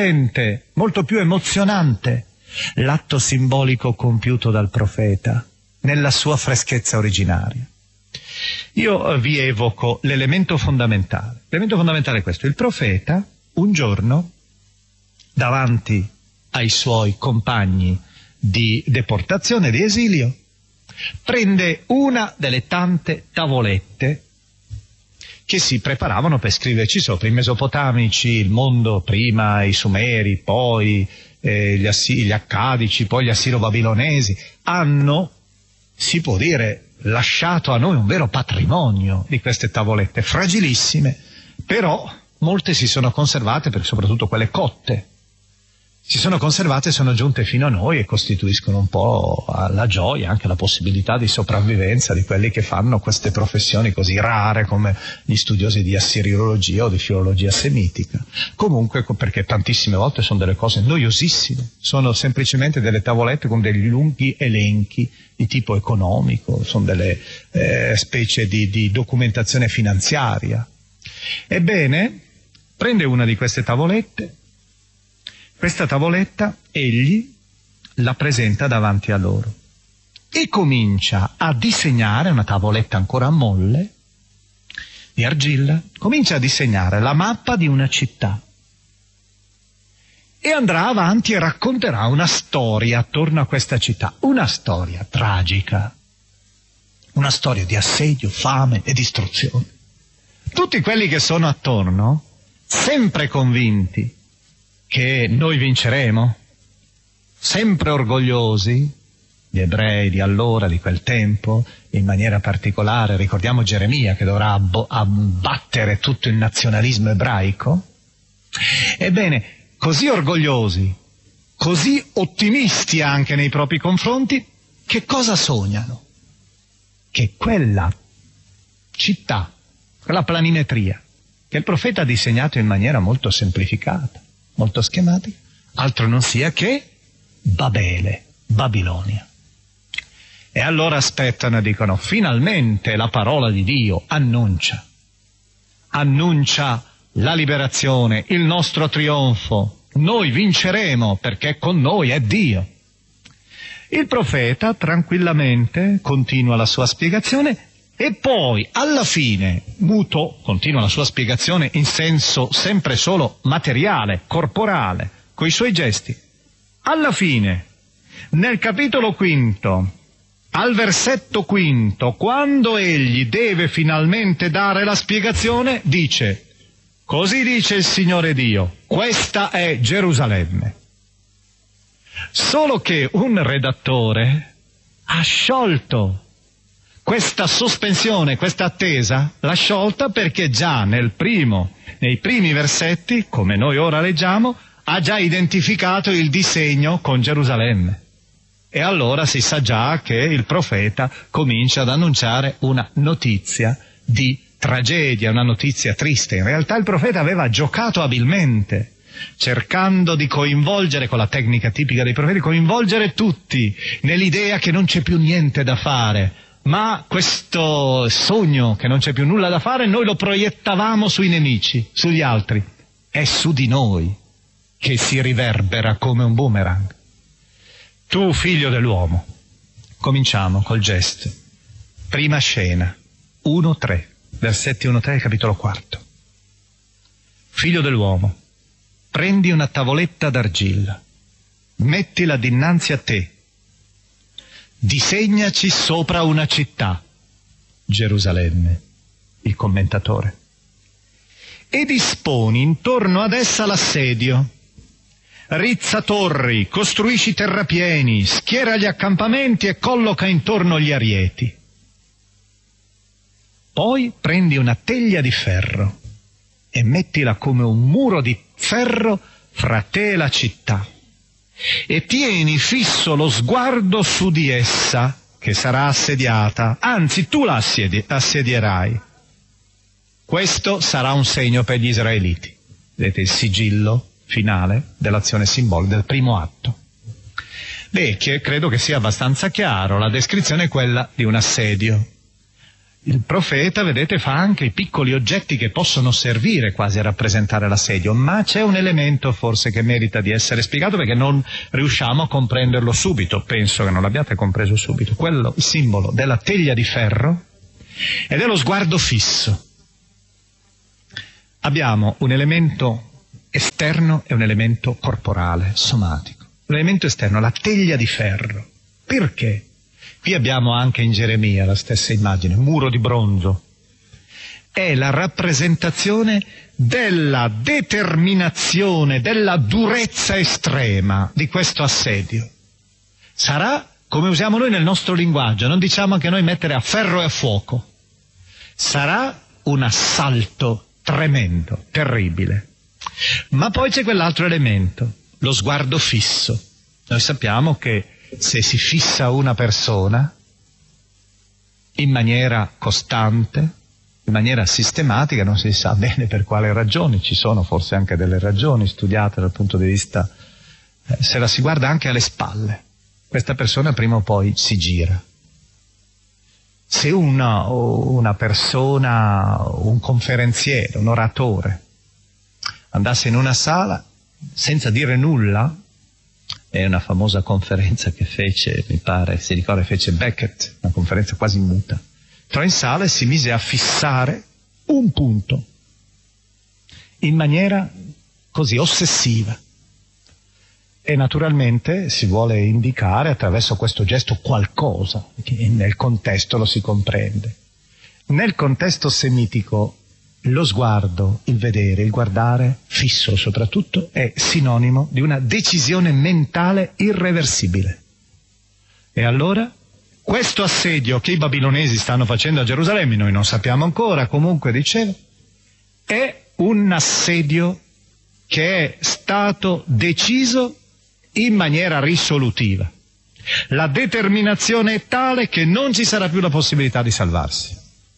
sorprendente, molto più emozionante l'atto simbolico compiuto dal profeta. nella sua freschezza originaria. Io vi evoco l'elemento fondamentale. L'elemento fondamentale è questo: il profeta un giorno, davanti ai suoi compagni di deportazione, di esilio, prende una delle tante tavolette che si preparavano per scriverci sopra. I mesopotamici, il mondo, prima i Sumeri, poi gli Accadici, poi gli Assiro-Babilonesi, hanno, si può dire, lasciato a noi un vero patrimonio di queste tavolette, fragilissime, però molte si sono conservate, soprattutto quelle cotte. Si sono conservate, sono giunte fino a noi e costituiscono un po' la gioia, anche la possibilità di sopravvivenza di quelli che fanno queste professioni così rare come gli studiosi di assiriologia o di filologia semitica. Comunque, perché tantissime volte sono delle cose noiosissime, sono semplicemente delle tavolette con degli lunghi elenchi di tipo economico, sono delle specie di documentazione finanziaria. Ebbene, prende una di queste tavolette. Questa tavoletta egli la presenta davanti a loro e comincia a disegnare, una tavoletta ancora a molle, di argilla, comincia a disegnare la mappa di una città e andrà avanti e racconterà una storia attorno a questa città, una storia tragica, una storia di assedio, fame e distruzione. Tutti quelli che sono attorno, sempre convinti che noi vinceremo, sempre orgogliosi, gli ebrei di allora, di quel tempo, in maniera particolare, ricordiamo Geremia che dovrà abbattere tutto il nazionalismo ebraico. Ebbene, così orgogliosi, così ottimisti anche nei propri confronti, che cosa sognano? Che quella città, quella planimetria, che il profeta ha disegnato in maniera molto semplificata, molto schematica, altro non sia che Babele, Babilonia. E allora aspettano e dicono: finalmente la parola di Dio annuncia la liberazione, il nostro trionfo, noi vinceremo perché con noi è Dio. Il profeta tranquillamente continua la sua spiegazione e poi, alla fine, muto, continua la sua spiegazione in senso sempre solo materiale, corporale, coi suoi gesti. Alla fine, nel capitolo 5, al versetto 5, quando egli deve finalmente dare la spiegazione, dice: così dice il Signore Dio, questa è Gerusalemme. Solo che un redattore ha sciolto questa sospensione, questa attesa, l'ha sciolta perché già nei primi versetti, come noi ora leggiamo, ha già identificato il disegno con Gerusalemme. E allora si sa già che il profeta comincia ad annunciare una notizia di tragedia, una notizia triste. In realtà il profeta aveva giocato abilmente, cercando di coinvolgere, con la tecnica tipica dei profeti, coinvolgere tutti nell'idea che non c'è più niente da fare, ma questo sogno che non c'è più nulla da fare noi lo proiettavamo sui nemici, sugli altri. È su di noi che si riverbera come un boomerang. Tu, figlio dell'uomo, cominciamo col gesto. Prima scena, 1-3, versetti 1-3, capitolo 4. Figlio dell'uomo, prendi una tavoletta d'argilla, mettila dinanzi a te, disegnaci sopra una città, Gerusalemme, il commentatore, e disponi intorno ad essa l'assedio. Rizza torri, costruisci terrapieni, schiera gli accampamenti e colloca intorno gli arieti. Poi prendi una teglia di ferro e mettila come un muro di ferro fra te e la città, e tieni fisso lo sguardo su di essa, che sarà assediata, anzi tu la assedierai. Questo sarà un segno per gli israeliti. Vedete il sigillo finale dell'azione simbolica del primo atto. Beh, credo che sia abbastanza chiaro, la descrizione è quella di un assedio. Il profeta, vedete, fa anche i piccoli oggetti che possono servire quasi a rappresentare l'assedio, ma c'è un elemento forse che merita di essere spiegato perché non riusciamo a comprenderlo subito, penso che non l'abbiate compreso subito, quello, il simbolo della teglia di ferro e dello sguardo fisso. Abbiamo un elemento esterno e un elemento corporale, somatico. L'elemento esterno, la teglia di ferro. Perché? Qui abbiamo anche in Geremia la stessa immagine, muro di bronzo. È la rappresentazione della determinazione, della durezza estrema di questo assedio. Sarà come usiamo noi nel nostro linguaggio, non diciamo anche noi mettere a ferro e a fuoco. Sarà un assalto tremendo, terribile. Ma poi c'è quell'altro elemento, lo sguardo fisso. Noi sappiamo che se si fissa una persona in maniera costante, in maniera sistematica, non si sa bene per quale ragioni, ci sono forse anche delle ragioni studiate dal punto di vista, se la si guarda anche alle spalle, questa persona prima o poi si gira. Se una persona, un conferenziere, un oratore, andasse in una sala senza dire nulla, è una famosa conferenza che fece, mi pare, si ricorda, fece Beckett, una conferenza quasi muta, entrò in sala e si mise a fissare un punto, in maniera così ossessiva. E naturalmente si vuole indicare attraverso questo gesto qualcosa, che nel contesto lo si comprende. Nel contesto semitico lo sguardo, il vedere, il guardare, fisso soprattutto, è sinonimo di una decisione mentale irreversibile. E allora, questo assedio che i babilonesi stanno facendo a Gerusalemme, noi non sappiamo ancora, comunque dicevo, è un assedio che è stato deciso in maniera risolutiva. La determinazione è tale che non ci sarà più la possibilità di salvarsi.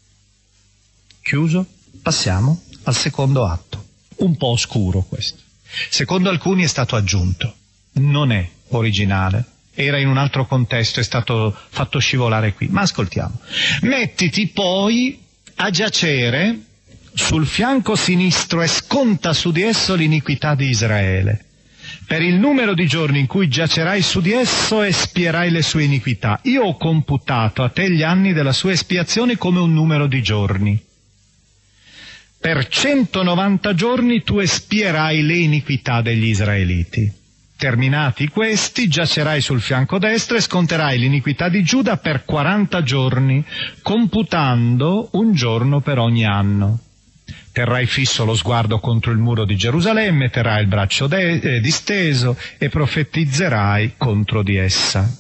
Chiuso? Passiamo al secondo atto, un po' oscuro questo. Secondo alcuni è stato aggiunto, non è originale, era in un altro contesto, è stato fatto scivolare qui, ma ascoltiamo. Mettiti poi a giacere sul fianco sinistro e sconta su di esso l'iniquità di Israele. Per il numero di giorni in cui giacerai su di esso espierai le sue iniquità. Io ho computato a te gli anni della sua espiazione come un numero di giorni. Per 190 giorni tu espierai le iniquità degli israeliti. Terminati questi, giacerai sul fianco destro e sconterai l'iniquità di Giuda per 40 giorni, computando un giorno per ogni anno. Terrai fisso lo sguardo contro il muro di Gerusalemme, terrai il braccio disteso e profetizzerai contro di essa.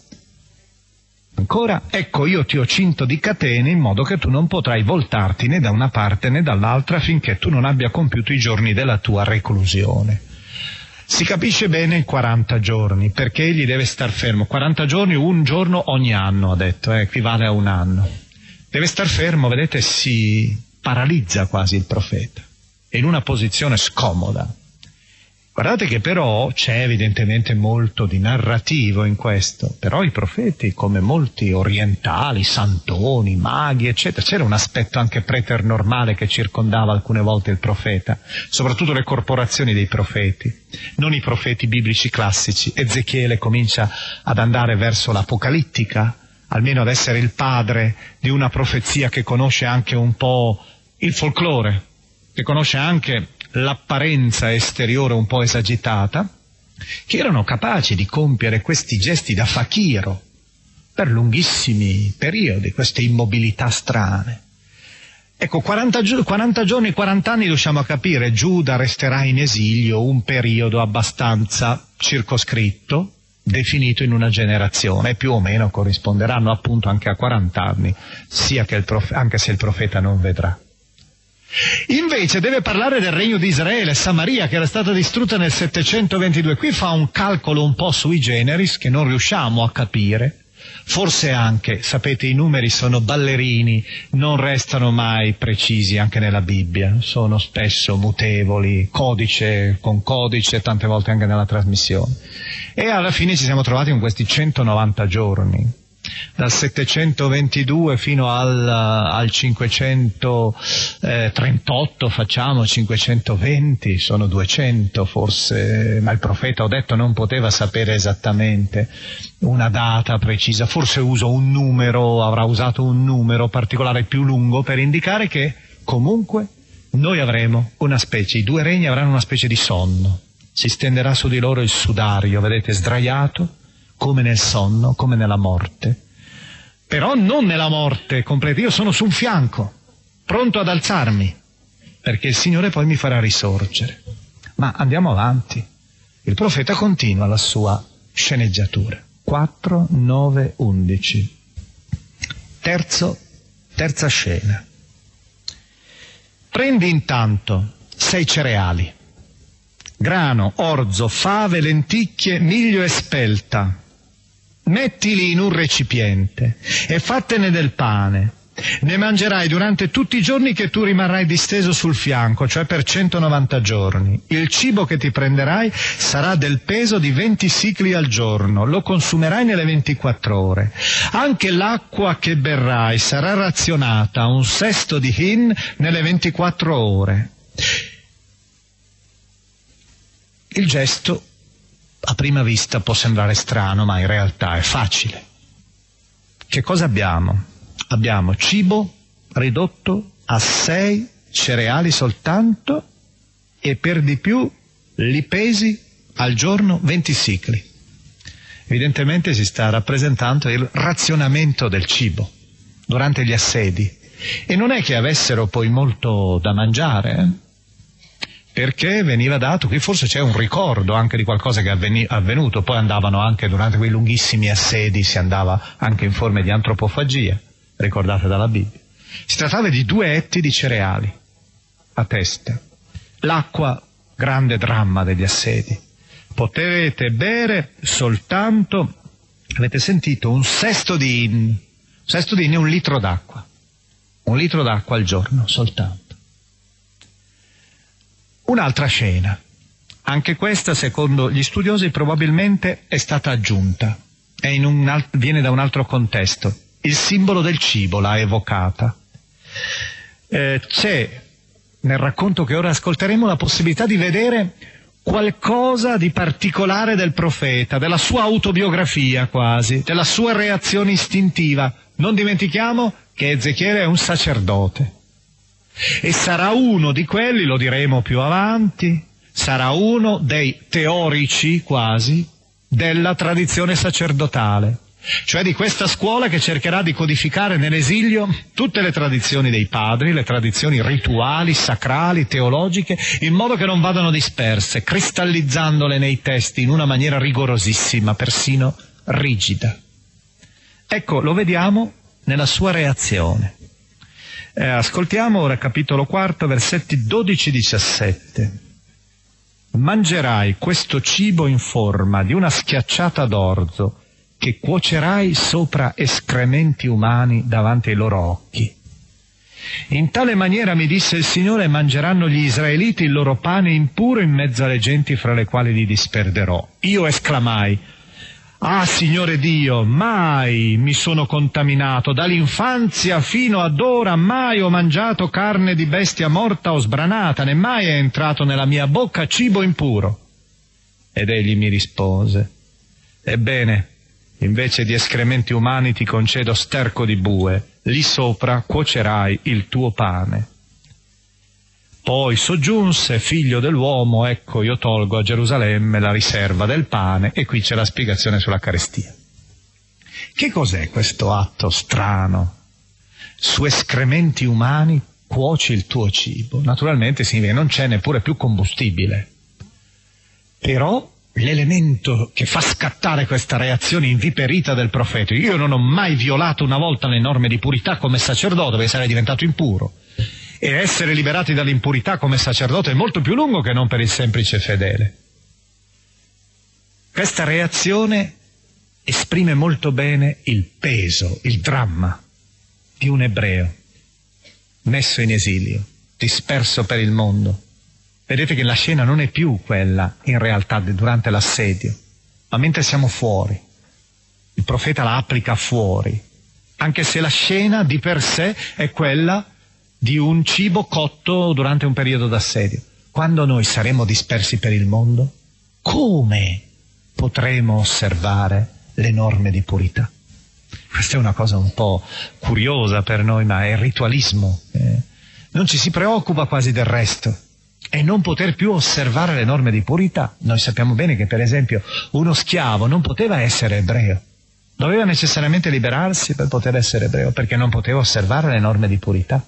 Ancora, ecco io ti ho cinto di catene in modo che tu non potrai voltarti né da una parte né dall'altra finché tu non abbia compiuto i giorni della tua reclusione. Si capisce bene i 40 giorni, perché egli deve star fermo. 40 giorni, un giorno ogni anno, ha detto, equivale a un anno. Deve star fermo, vedete, si paralizza quasi il profeta, è in una posizione scomoda. Guardate che però c'è evidentemente molto di narrativo in questo, però i profeti, come molti orientali, santoni, maghi, eccetera, c'era un aspetto anche preternormale che circondava alcune volte il profeta, soprattutto le corporazioni dei profeti, non i profeti biblici classici. Ezechiele comincia ad andare verso l'apocalittica, almeno ad essere il padre di una profezia che conosce anche un po' il folklore, che conosce anche l'apparenza esteriore un po' esagitata, che erano capaci di compiere questi gesti da fakiro per lunghissimi periodi, queste immobilità strane. Ecco, 40 giorni, 40 anni riusciamo a capire, Giuda resterà in esilio un periodo abbastanza circoscritto, definito in una generazione, più o meno corrisponderanno appunto anche a 40 anni, sia che anche se il profeta non vedrà. Invece deve parlare del regno di Israele, Samaria, che era stata distrutta nel 722. Qui fa un calcolo un po' sui generis che non riusciamo a capire, forse anche, sapete, i numeri sono ballerini, non restano mai precisi anche nella Bibbia, sono spesso mutevoli, codice con codice, tante volte anche nella trasmissione. E alla fine ci siamo trovati con questi 190 giorni. dal 722 fino al 538, facciamo 520, sono 200 forse, ma il profeta, ho detto, non poteva sapere esattamente una data precisa, forse avrà usato un numero particolare più lungo per indicare che comunque noi avremo una specie, i due regni avranno una specie di sonno, si stenderà su di loro il sudario, vedete, sdraiato, come nel sonno, come nella morte, però non nella morte completa. Io sono su un fianco, pronto ad alzarmi, perché il Signore poi mi farà risorgere. Ma andiamo avanti. Il profeta continua la sua sceneggiatura. 4, 9, 11. Terza scena. Prendi intanto 6 cereali, grano, orzo, fave, lenticchie, miglio e spelta. Mettili in un recipiente e fattene del pane. Ne mangerai durante tutti i giorni che tu rimarrai disteso sul fianco, cioè per 190 giorni. Il cibo che ti prenderai sarà del peso di 20 sicli al giorno, lo consumerai nelle 24 ore. Anche l'acqua che berrai sarà razionata, 1/6 di hin nelle 24 ore. Il gesto a prima vista può sembrare strano, ma in realtà è facile. Che cosa abbiamo? Abbiamo cibo ridotto a 6 cereali soltanto e per di più li pesi al giorno 20 sicli. Evidentemente si sta rappresentando il razionamento del cibo durante gli assedi. E non è che avessero poi molto da mangiare, perché veniva dato, qui forse c'è un ricordo anche di qualcosa che è avvenuto, poi andavano anche durante quei lunghissimi assedi, si andava anche in forme di antropofagia, ricordate dalla Bibbia. Si trattava di 2 etti di cereali a testa. L'acqua, grande dramma degli assedi. Potete bere soltanto, avete sentito, 1/6 di hin. 1/6 di hin è 1 litro d'acqua. 1 litro d'acqua al giorno soltanto. Un'altra scena, anche questa secondo gli studiosi probabilmente è stata aggiunta, viene da un altro contesto, il simbolo del cibo l'ha evocata. C'è nel racconto che ora ascolteremo la possibilità di vedere qualcosa di particolare del profeta, della sua autobiografia quasi, della sua reazione istintiva. Non dimentichiamo che Ezechiele è un sacerdote. E sarà uno di quelli, lo diremo più avanti, sarà uno dei teorici quasi della tradizione sacerdotale, cioè di questa scuola che cercherà di codificare nell'esilio tutte le tradizioni dei padri, le tradizioni rituali, sacrali, teologiche, in modo che non vadano disperse, cristallizzandole nei testi in una maniera rigorosissima, persino rigida. Ecco, lo vediamo nella sua reazione. Ascoltiamo ora capitolo 4, versetti 12-17. Mangerai questo cibo in forma di una schiacciata d'orzo che cuocerai sopra escrementi umani davanti ai loro occhi. In tale maniera, mi disse il Signore, mangeranno gli israeliti il loro pane impuro in mezzo alle genti fra le quali li disperderò. Io esclamai: ah, Signore Dio, mai mi sono contaminato, dall'infanzia fino ad ora mai ho mangiato carne di bestia morta o sbranata, né mai è entrato nella mia bocca cibo impuro. Ed egli mi rispose: ebbene, invece di escrementi umani ti concedo sterco di bue, lì sopra cuocerai il tuo pane. Poi soggiunse: figlio dell'uomo, ecco io tolgo a Gerusalemme la riserva del pane, e qui c'è la spiegazione sulla carestia. Che cos'è questo atto strano? Su escrementi umani cuoci il tuo cibo. Naturalmente significa che non c'è neppure più combustibile. Però l'elemento che fa scattare questa reazione inviperita del profeta: io non ho mai violato una volta le norme di purità come sacerdote, perché sarei diventato impuro. E essere liberati dall'impurità come sacerdote è molto più lungo che non per il semplice fedele. Questa reazione esprime molto bene il peso, il dramma di un ebreo messo in esilio, disperso per il mondo. Vedete che la scena non è più quella in realtà durante l'assedio, ma mentre siamo fuori, Il profeta la applica fuori, anche se la scena di per sé è quella di un cibo cotto durante un periodo d'assedio. Quando noi saremo dispersi per il mondo, come potremo osservare le norme di purità? Questa è una cosa un po' curiosa per noi, ma è ritualismo. Non ci si preoccupa quasi del resto. E non poter più osservare le norme di purità. Noi sappiamo bene che, per esempio, uno schiavo non poteva essere ebreo. Doveva necessariamente liberarsi per poter essere ebreo, perché non poteva osservare le norme di purità.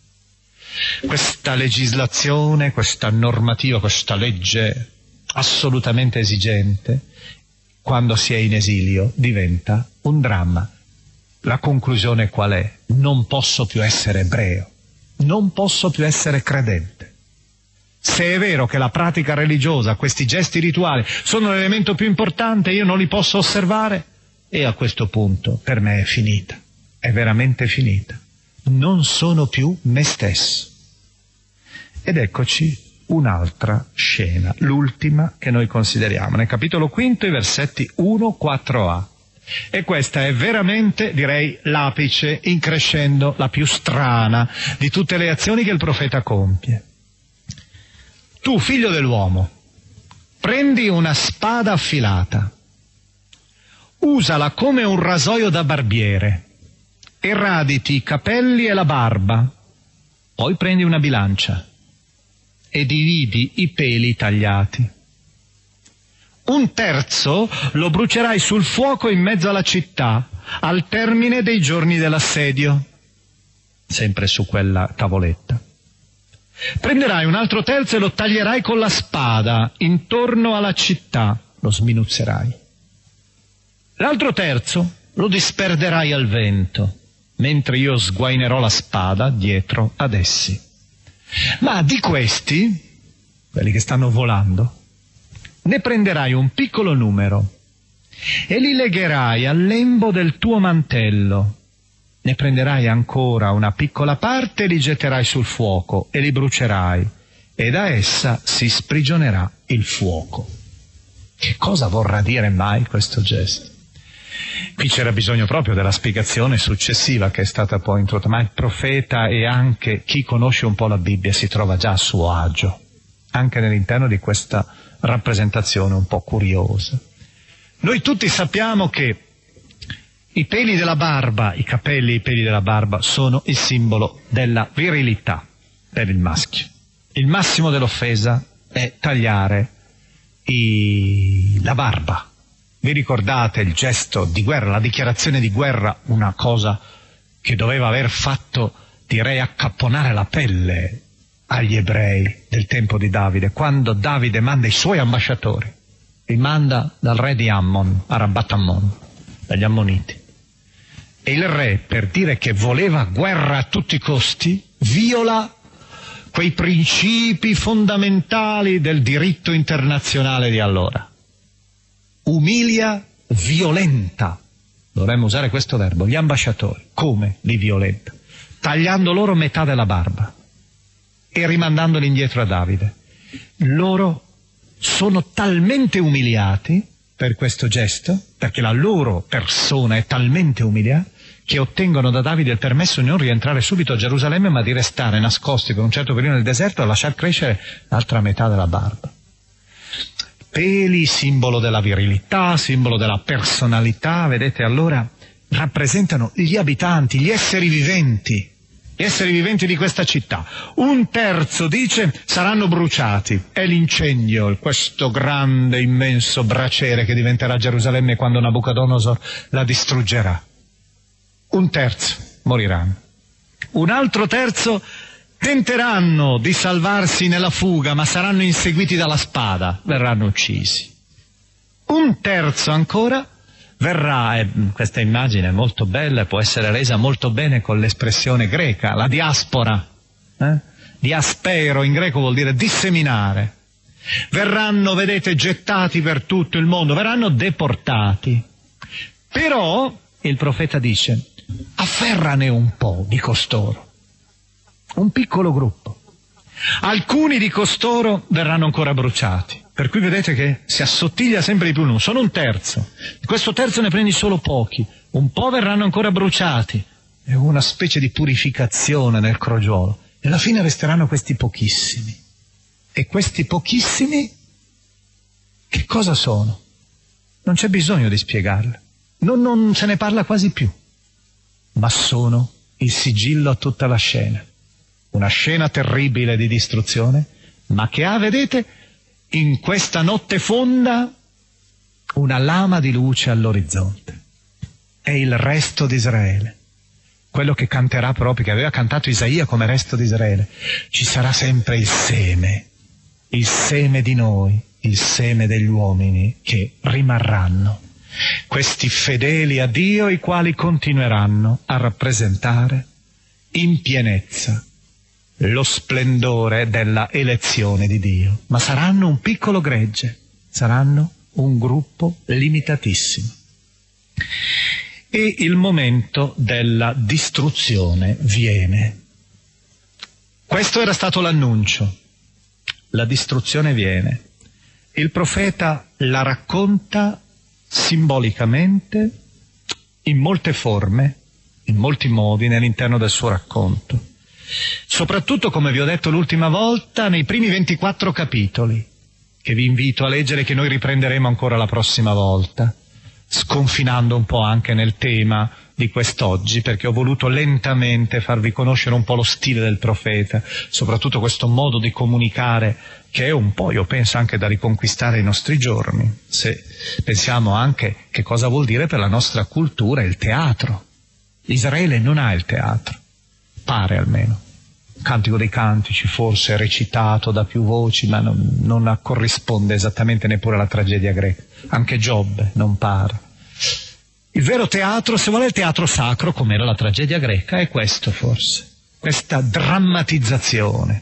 Questa legislazione, questa normativa, questa legge assolutamente esigente, quando si è in esilio, diventa un dramma. La conclusione qual è? Non posso più essere ebreo, non posso più essere credente. Se è vero che la pratica religiosa, questi gesti rituali, sono l'elemento più importante, io non li posso osservare, e a questo punto per me è finita, è veramente finita. Non sono più me stesso. Ed eccoci un'altra scena, l'ultima che noi consideriamo, nel capitolo 5, i versetti 1-4a. E questa è veramente, direi, l'apice in crescendo, la più strana di tutte le azioni che il profeta compie. Tu, figlio dell'uomo, prendi una spada affilata, usala come un rasoio da barbiere e raditi i capelli e la barba, poi prendi una bilancia e dividi i peli tagliati. Un terzo lo brucerai sul fuoco in mezzo alla città, al termine dei giorni dell'assedio, sempre su quella tavoletta. Prenderai un altro terzo e lo taglierai con la spada intorno alla città, lo sminuzzerai. L'altro terzo lo disperderai al vento, mentre io sguainerò la spada dietro ad essi. Ma di questi, quelli che stanno volando, ne prenderai un piccolo numero e li legherai al lembo del tuo mantello. Ne prenderai ancora una piccola parte e li getterai sul fuoco e li brucerai, e da essa si sprigionerà il fuoco. Che cosa vorrà dire mai questo gesto? Qui c'era bisogno proprio della spiegazione successiva che è stata poi introdotta, ma il profeta e anche chi conosce un po' la Bibbia si trova già a suo agio, anche all'interno di questa rappresentazione un po' curiosa. Noi tutti sappiamo che i peli della barba, i capelli e i peli della barba sono il simbolo della virilità per il maschio. Il massimo dell'offesa è tagliare la barba. Vi ricordate il gesto di guerra, la dichiarazione di guerra, una cosa che doveva aver fatto, direi, accapponare la pelle agli ebrei del tempo di Davide, quando Davide manda i suoi ambasciatori, li manda dal re di Ammon, a Rabbat Ammon, dagli Ammoniti. E il re, per dire che voleva guerra a tutti i costi, viola quei principi fondamentali del diritto internazionale di allora. Umilia, violenta, dovremmo usare questo verbo, gli ambasciatori. Come li violenta? Tagliando loro metà della barba e rimandandoli indietro a Davide. Loro sono talmente umiliati per questo gesto, perché la loro persona è talmente umiliata, che ottengono da Davide il permesso di non rientrare subito a Gerusalemme, ma di restare nascosti per un certo periodo nel deserto e lasciar crescere l'altra metà della barba. Peli, simbolo della virilità, simbolo della personalità, vedete, allora rappresentano gli abitanti, gli esseri viventi di questa città. Un terzo, dice, saranno bruciati. È l'incendio, questo grande, immenso braciere che diventerà Gerusalemme quando Nabucodonosor la distruggerà. Un terzo moriranno. Un altro terzo tenteranno di salvarsi nella fuga, ma saranno inseguiti dalla spada, verranno uccisi. Un terzo ancora verrà, e questa immagine è molto bella e può essere resa molto bene con l'espressione greca, la diaspora, diaspero in greco vuol dire disseminare. Verranno, vedete, gettati per tutto il mondo, verranno deportati. Però, il profeta dice, afferrane un po' di costoro. Un piccolo gruppo. Alcuni di costoro verranno ancora bruciati, Per cui vedete che si assottiglia sempre di più. Sono un terzo. Di questo terzo ne prendi solo pochi. Un po' verranno ancora bruciati. È una specie di purificazione nel crogiolo. E alla fine resteranno questi pochissimi. E questi pochissimi che cosa sono? Non c'è bisogno di spiegarlo. Non se ne parla quasi più. Ma sono il sigillo a tutta la scena. Una scena terribile di distruzione, ma che ha, vedete, in questa notte fonda una lama di luce all'orizzonte. È il resto di Israele, quello che canterà proprio, che aveva cantato Isaia come resto di Israele. Ci sarà sempre il seme di noi, il seme degli uomini che rimarranno, questi fedeli a Dio, i quali continueranno a rappresentare in pienezza lo splendore della elezione di Dio, ma saranno un piccolo gregge, saranno un gruppo limitatissimo. E il momento della distruzione viene. Questo era stato l'annuncio, la distruzione viene. Il profeta la racconta simbolicamente, in molte forme, in molti modi nell'interno del suo racconto. Soprattutto, come vi ho detto l'ultima volta, nei primi 24 capitoli, che vi invito a leggere, che noi riprenderemo ancora la prossima volta, sconfinando un po' anche nel tema di quest'oggi, perché ho voluto lentamente farvi conoscere un po' lo stile del profeta, soprattutto questo modo di comunicare che è un po', io penso, anche da riconquistare ai nostri giorni, se pensiamo anche che cosa vuol dire per la nostra cultura il teatro. Israele non ha il teatro, pare almeno. Cantico dei Cantici forse è recitato da più voci, ma non corrisponde esattamente neppure alla tragedia greca. Anche Giobbe non pare. Il vero teatro, se vuole, il teatro sacro, come era la tragedia greca, è questo forse, questa drammatizzazione.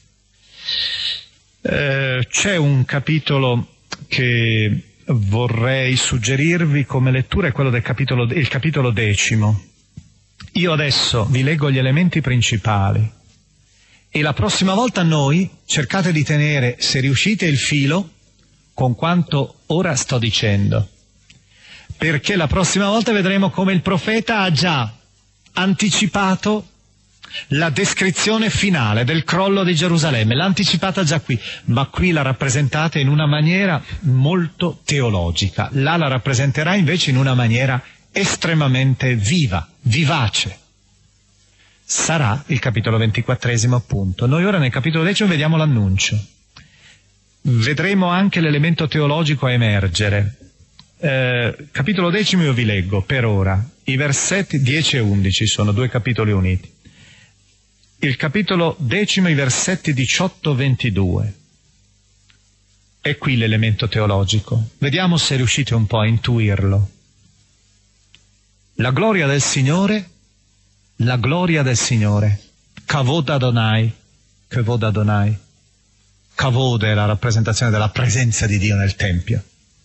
C'è un capitolo che vorrei suggerirvi come lettura, è quello del il capitolo 10. Io adesso vi leggo gli elementi principali e la prossima volta noi cercate di tenere, se riuscite, il filo con quanto ora sto dicendo, perché la prossima volta vedremo come il profeta ha già anticipato la descrizione finale del crollo di Gerusalemme, l'ha anticipata già qui, ma qui la rappresentate in una maniera molto teologica, là la rappresenterà invece in una maniera estremamente viva, vivace. Sarà il capitolo 24 appunto. Noi ora nel capitolo 10 vediamo l'annuncio. Vedremo anche l'elemento teologico a emergere. Capitolo 10 io vi leggo per ora. I versetti 10 e 11 sono due capitoli uniti. Il capitolo 10, i versetti 18-22. È qui l'elemento teologico. Vediamo se riuscite un po' a intuirlo. La gloria del Signore, Kavod Adonai, Kavod Adonai. Kavod è la rappresentazione della presenza di Dio nel Tempio.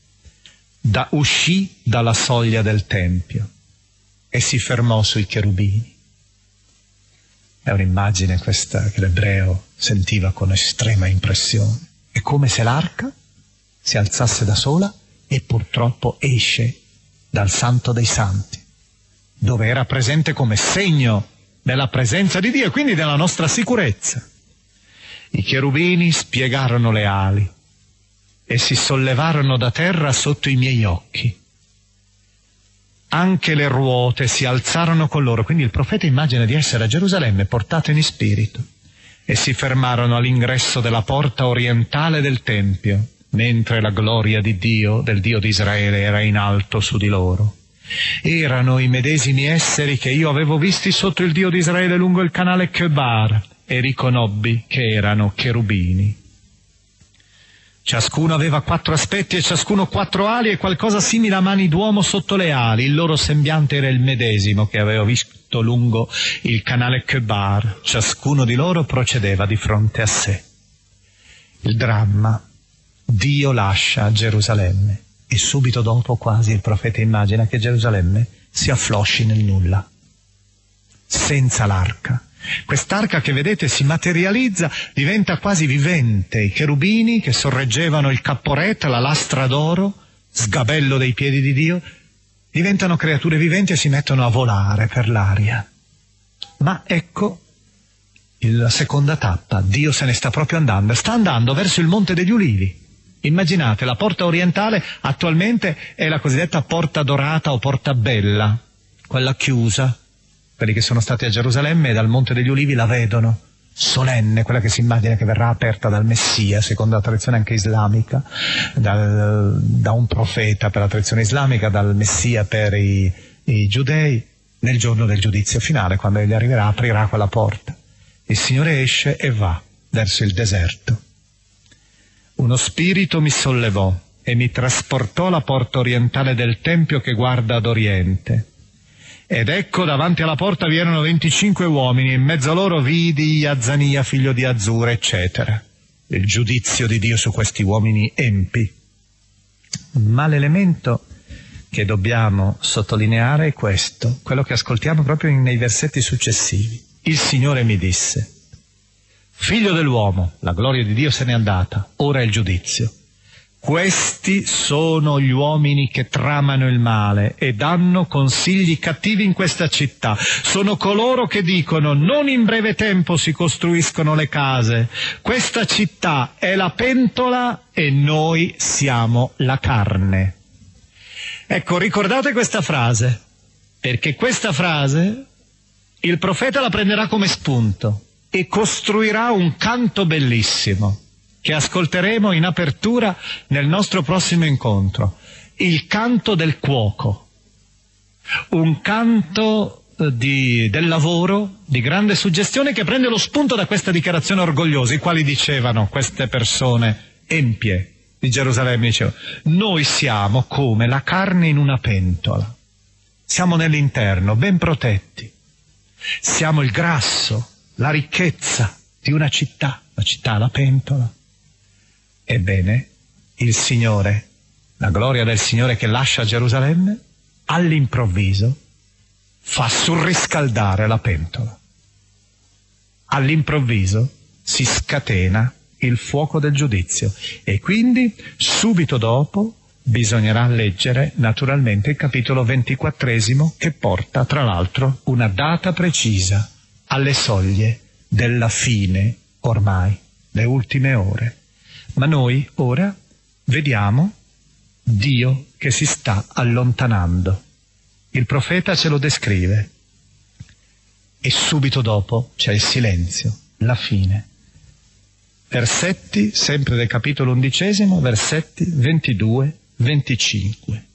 Uscì dalla soglia del Tempio e si fermò sui cherubini. È un'immagine questa che l'ebreo sentiva con estrema impressione. È come se l'arca si alzasse da sola e purtroppo esce dal Santo dei Santi, dove era presente come segno della presenza di Dio e quindi della nostra sicurezza. I cherubini spiegarono le ali e si sollevarono da terra sotto i miei occhi. Anche le ruote si alzarono con loro, quindi il profeta immagina di essere a Gerusalemme portato in spirito, e si fermarono all'ingresso della porta orientale del Tempio, mentre la gloria di Dio, del Dio di Israele, era in alto su di loro. Erano i medesimi esseri che io avevo visti sotto il Dio di Israele lungo il canale Chebar, e riconobbi che erano cherubini. Ciascuno aveva 4 aspetti e ciascuno 4 ali e qualcosa simile a mani d'uomo sotto le ali. Il loro sembiante era il medesimo che avevo visto lungo il canale Chebar. Ciascuno di loro procedeva di fronte a sé. Il dramma: Dio lascia Gerusalemme e subito dopo quasi il profeta immagina che Gerusalemme si afflosci nel nulla, senza l'arca, Quest'arca che vedete si materializza, diventa quasi vivente. I cherubini che sorreggevano il capporetto, la lastra d'oro, sgabello dei piedi di Dio, diventano creature viventi e si mettono a volare per l'aria. Ma ecco la seconda tappa, Dio se ne sta proprio andando, sta andando verso il Monte degli Ulivi. Immaginate, la porta orientale attualmente è la cosiddetta porta dorata o porta bella, quella chiusa. Quelli che sono stati a Gerusalemme dal Monte degli Ulivi la vedono, solenne, quella che si immagina che verrà aperta dal Messia, secondo la tradizione anche islamica, da un profeta per la tradizione islamica, dal Messia per i giudei, nel giorno del giudizio finale, quando egli arriverà, aprirà quella porta. Il Signore esce e va verso il deserto. Uno spirito mi sollevò e mi trasportò alla porta orientale del Tempio che guarda ad oriente. Ed ecco, davanti alla porta vi erano 25 uomini, in mezzo a loro vidi Azania, figlio di Azzura, eccetera. Il giudizio di Dio su questi uomini empi. Ma l'elemento che dobbiamo sottolineare è questo, quello che ascoltiamo proprio nei versetti successivi. Il Signore mi disse: figlio dell'uomo, la gloria di Dio se n'è andata, ora è il giudizio. Questi sono gli uomini che tramano il male e danno consigli cattivi in questa città. Sono coloro che dicono: non in breve tempo si costruiscono le case. Questa città è la pentola e noi siamo la carne. Ecco, ricordate questa frase, perché questa frase il profeta la prenderà come spunto e costruirà un canto bellissimo che ascolteremo in apertura nel nostro prossimo incontro, il canto del cuoco, un canto del lavoro, di grande suggestione, che prende lo spunto da questa dichiarazione orgogliosa, i quali dicevano, queste persone empie di Gerusalemme, dicevano: noi siamo come la carne in una pentola, siamo nell'interno, ben protetti, siamo il grasso, la ricchezza di una città, la città, la pentola. Ebbene, il Signore, la gloria del Signore che lascia Gerusalemme, all'improvviso fa surriscaldare la pentola. All'improvviso si scatena il fuoco del giudizio e quindi subito dopo bisognerà leggere naturalmente il capitolo 24, che porta tra l'altro una data precisa alle soglie della fine ormai, le ultime ore. Ma noi ora vediamo Dio che si sta allontanando. Il profeta ce lo descrive e subito dopo c'è il silenzio, la fine. Versetti, sempre del capitolo 11, versetti 22-25.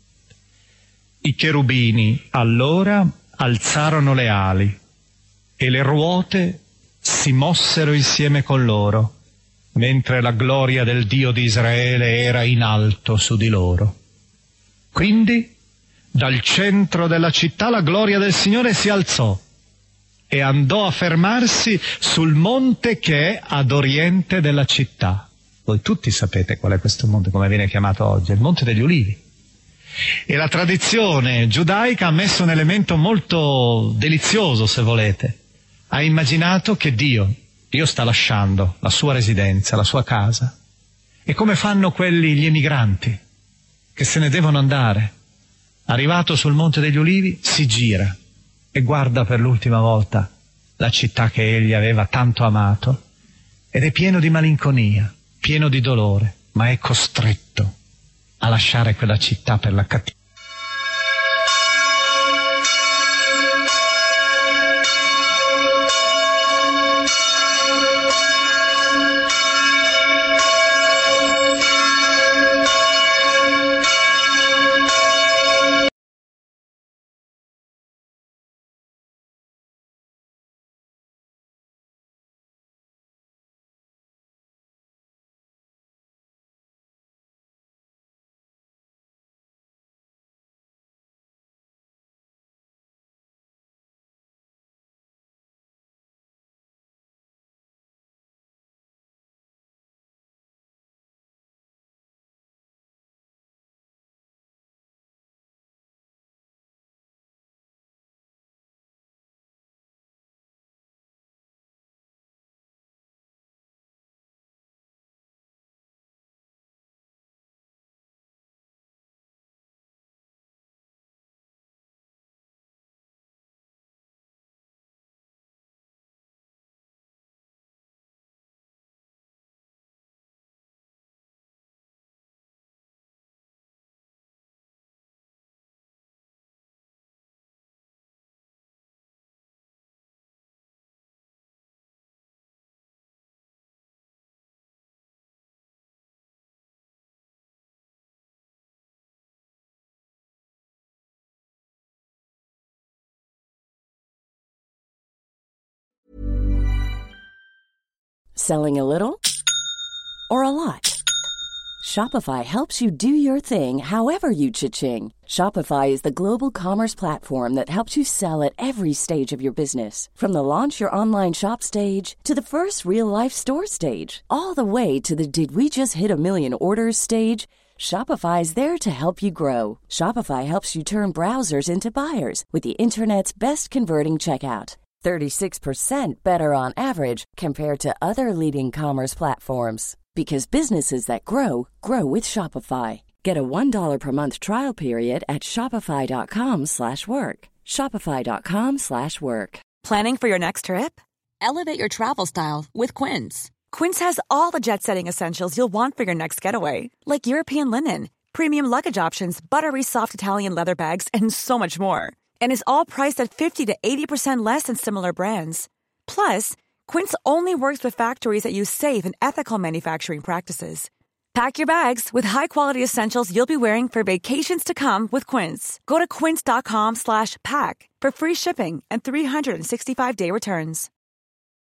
I cherubini allora alzarono le ali e le ruote si mossero insieme con loro, mentre la gloria del Dio di Israele era in alto su di loro. Quindi, dal centro della città la gloria del Signore si alzò e andò a fermarsi sul monte che è ad oriente della città. Voi tutti sapete qual è questo monte, come viene chiamato oggi, il Monte degli Ulivi. E la tradizione giudaica ha messo un elemento molto delizioso, se volete. Ha immaginato che Dio sta lasciando la sua residenza, la sua casa. E come fanno gli emigranti che se ne devono andare? Arrivato sul Monte degli Ulivi, si gira e guarda per l'ultima volta la città che egli aveva tanto amato, ed è pieno di malinconia, pieno di dolore, ma è costretto a lasciare quella città per la cattività. Selling a little or a lot? Shopify helps you do your thing however you cha-ching. Shopify is the global commerce platform that helps you sell at every stage of your business. From the launch your online shop stage to the first real-life store stage, all the way to the did we just hit a million orders stage. Shopify is there to help you grow. Shopify helps you turn browsers into buyers with the internet's best converting checkout. 36% better on average compared to other leading commerce platforms. Because businesses that grow, grow with Shopify. Get a $1 per month trial period at shopify.com/work. Shopify.com/work. Planning for your next trip? Elevate your travel style with Quince. Quince has all the jet-setting essentials you'll want for your next getaway, like European linen, premium luggage options, buttery soft Italian leather bags, and so much more. And is all priced at 50 to 80% less than similar brands. Plus, Quince only works with factories that use safe and ethical manufacturing practices. Pack your bags with high-quality essentials you'll be wearing for vacations to come with Quince. Go to quince.com/pack for free shipping and 365-day returns.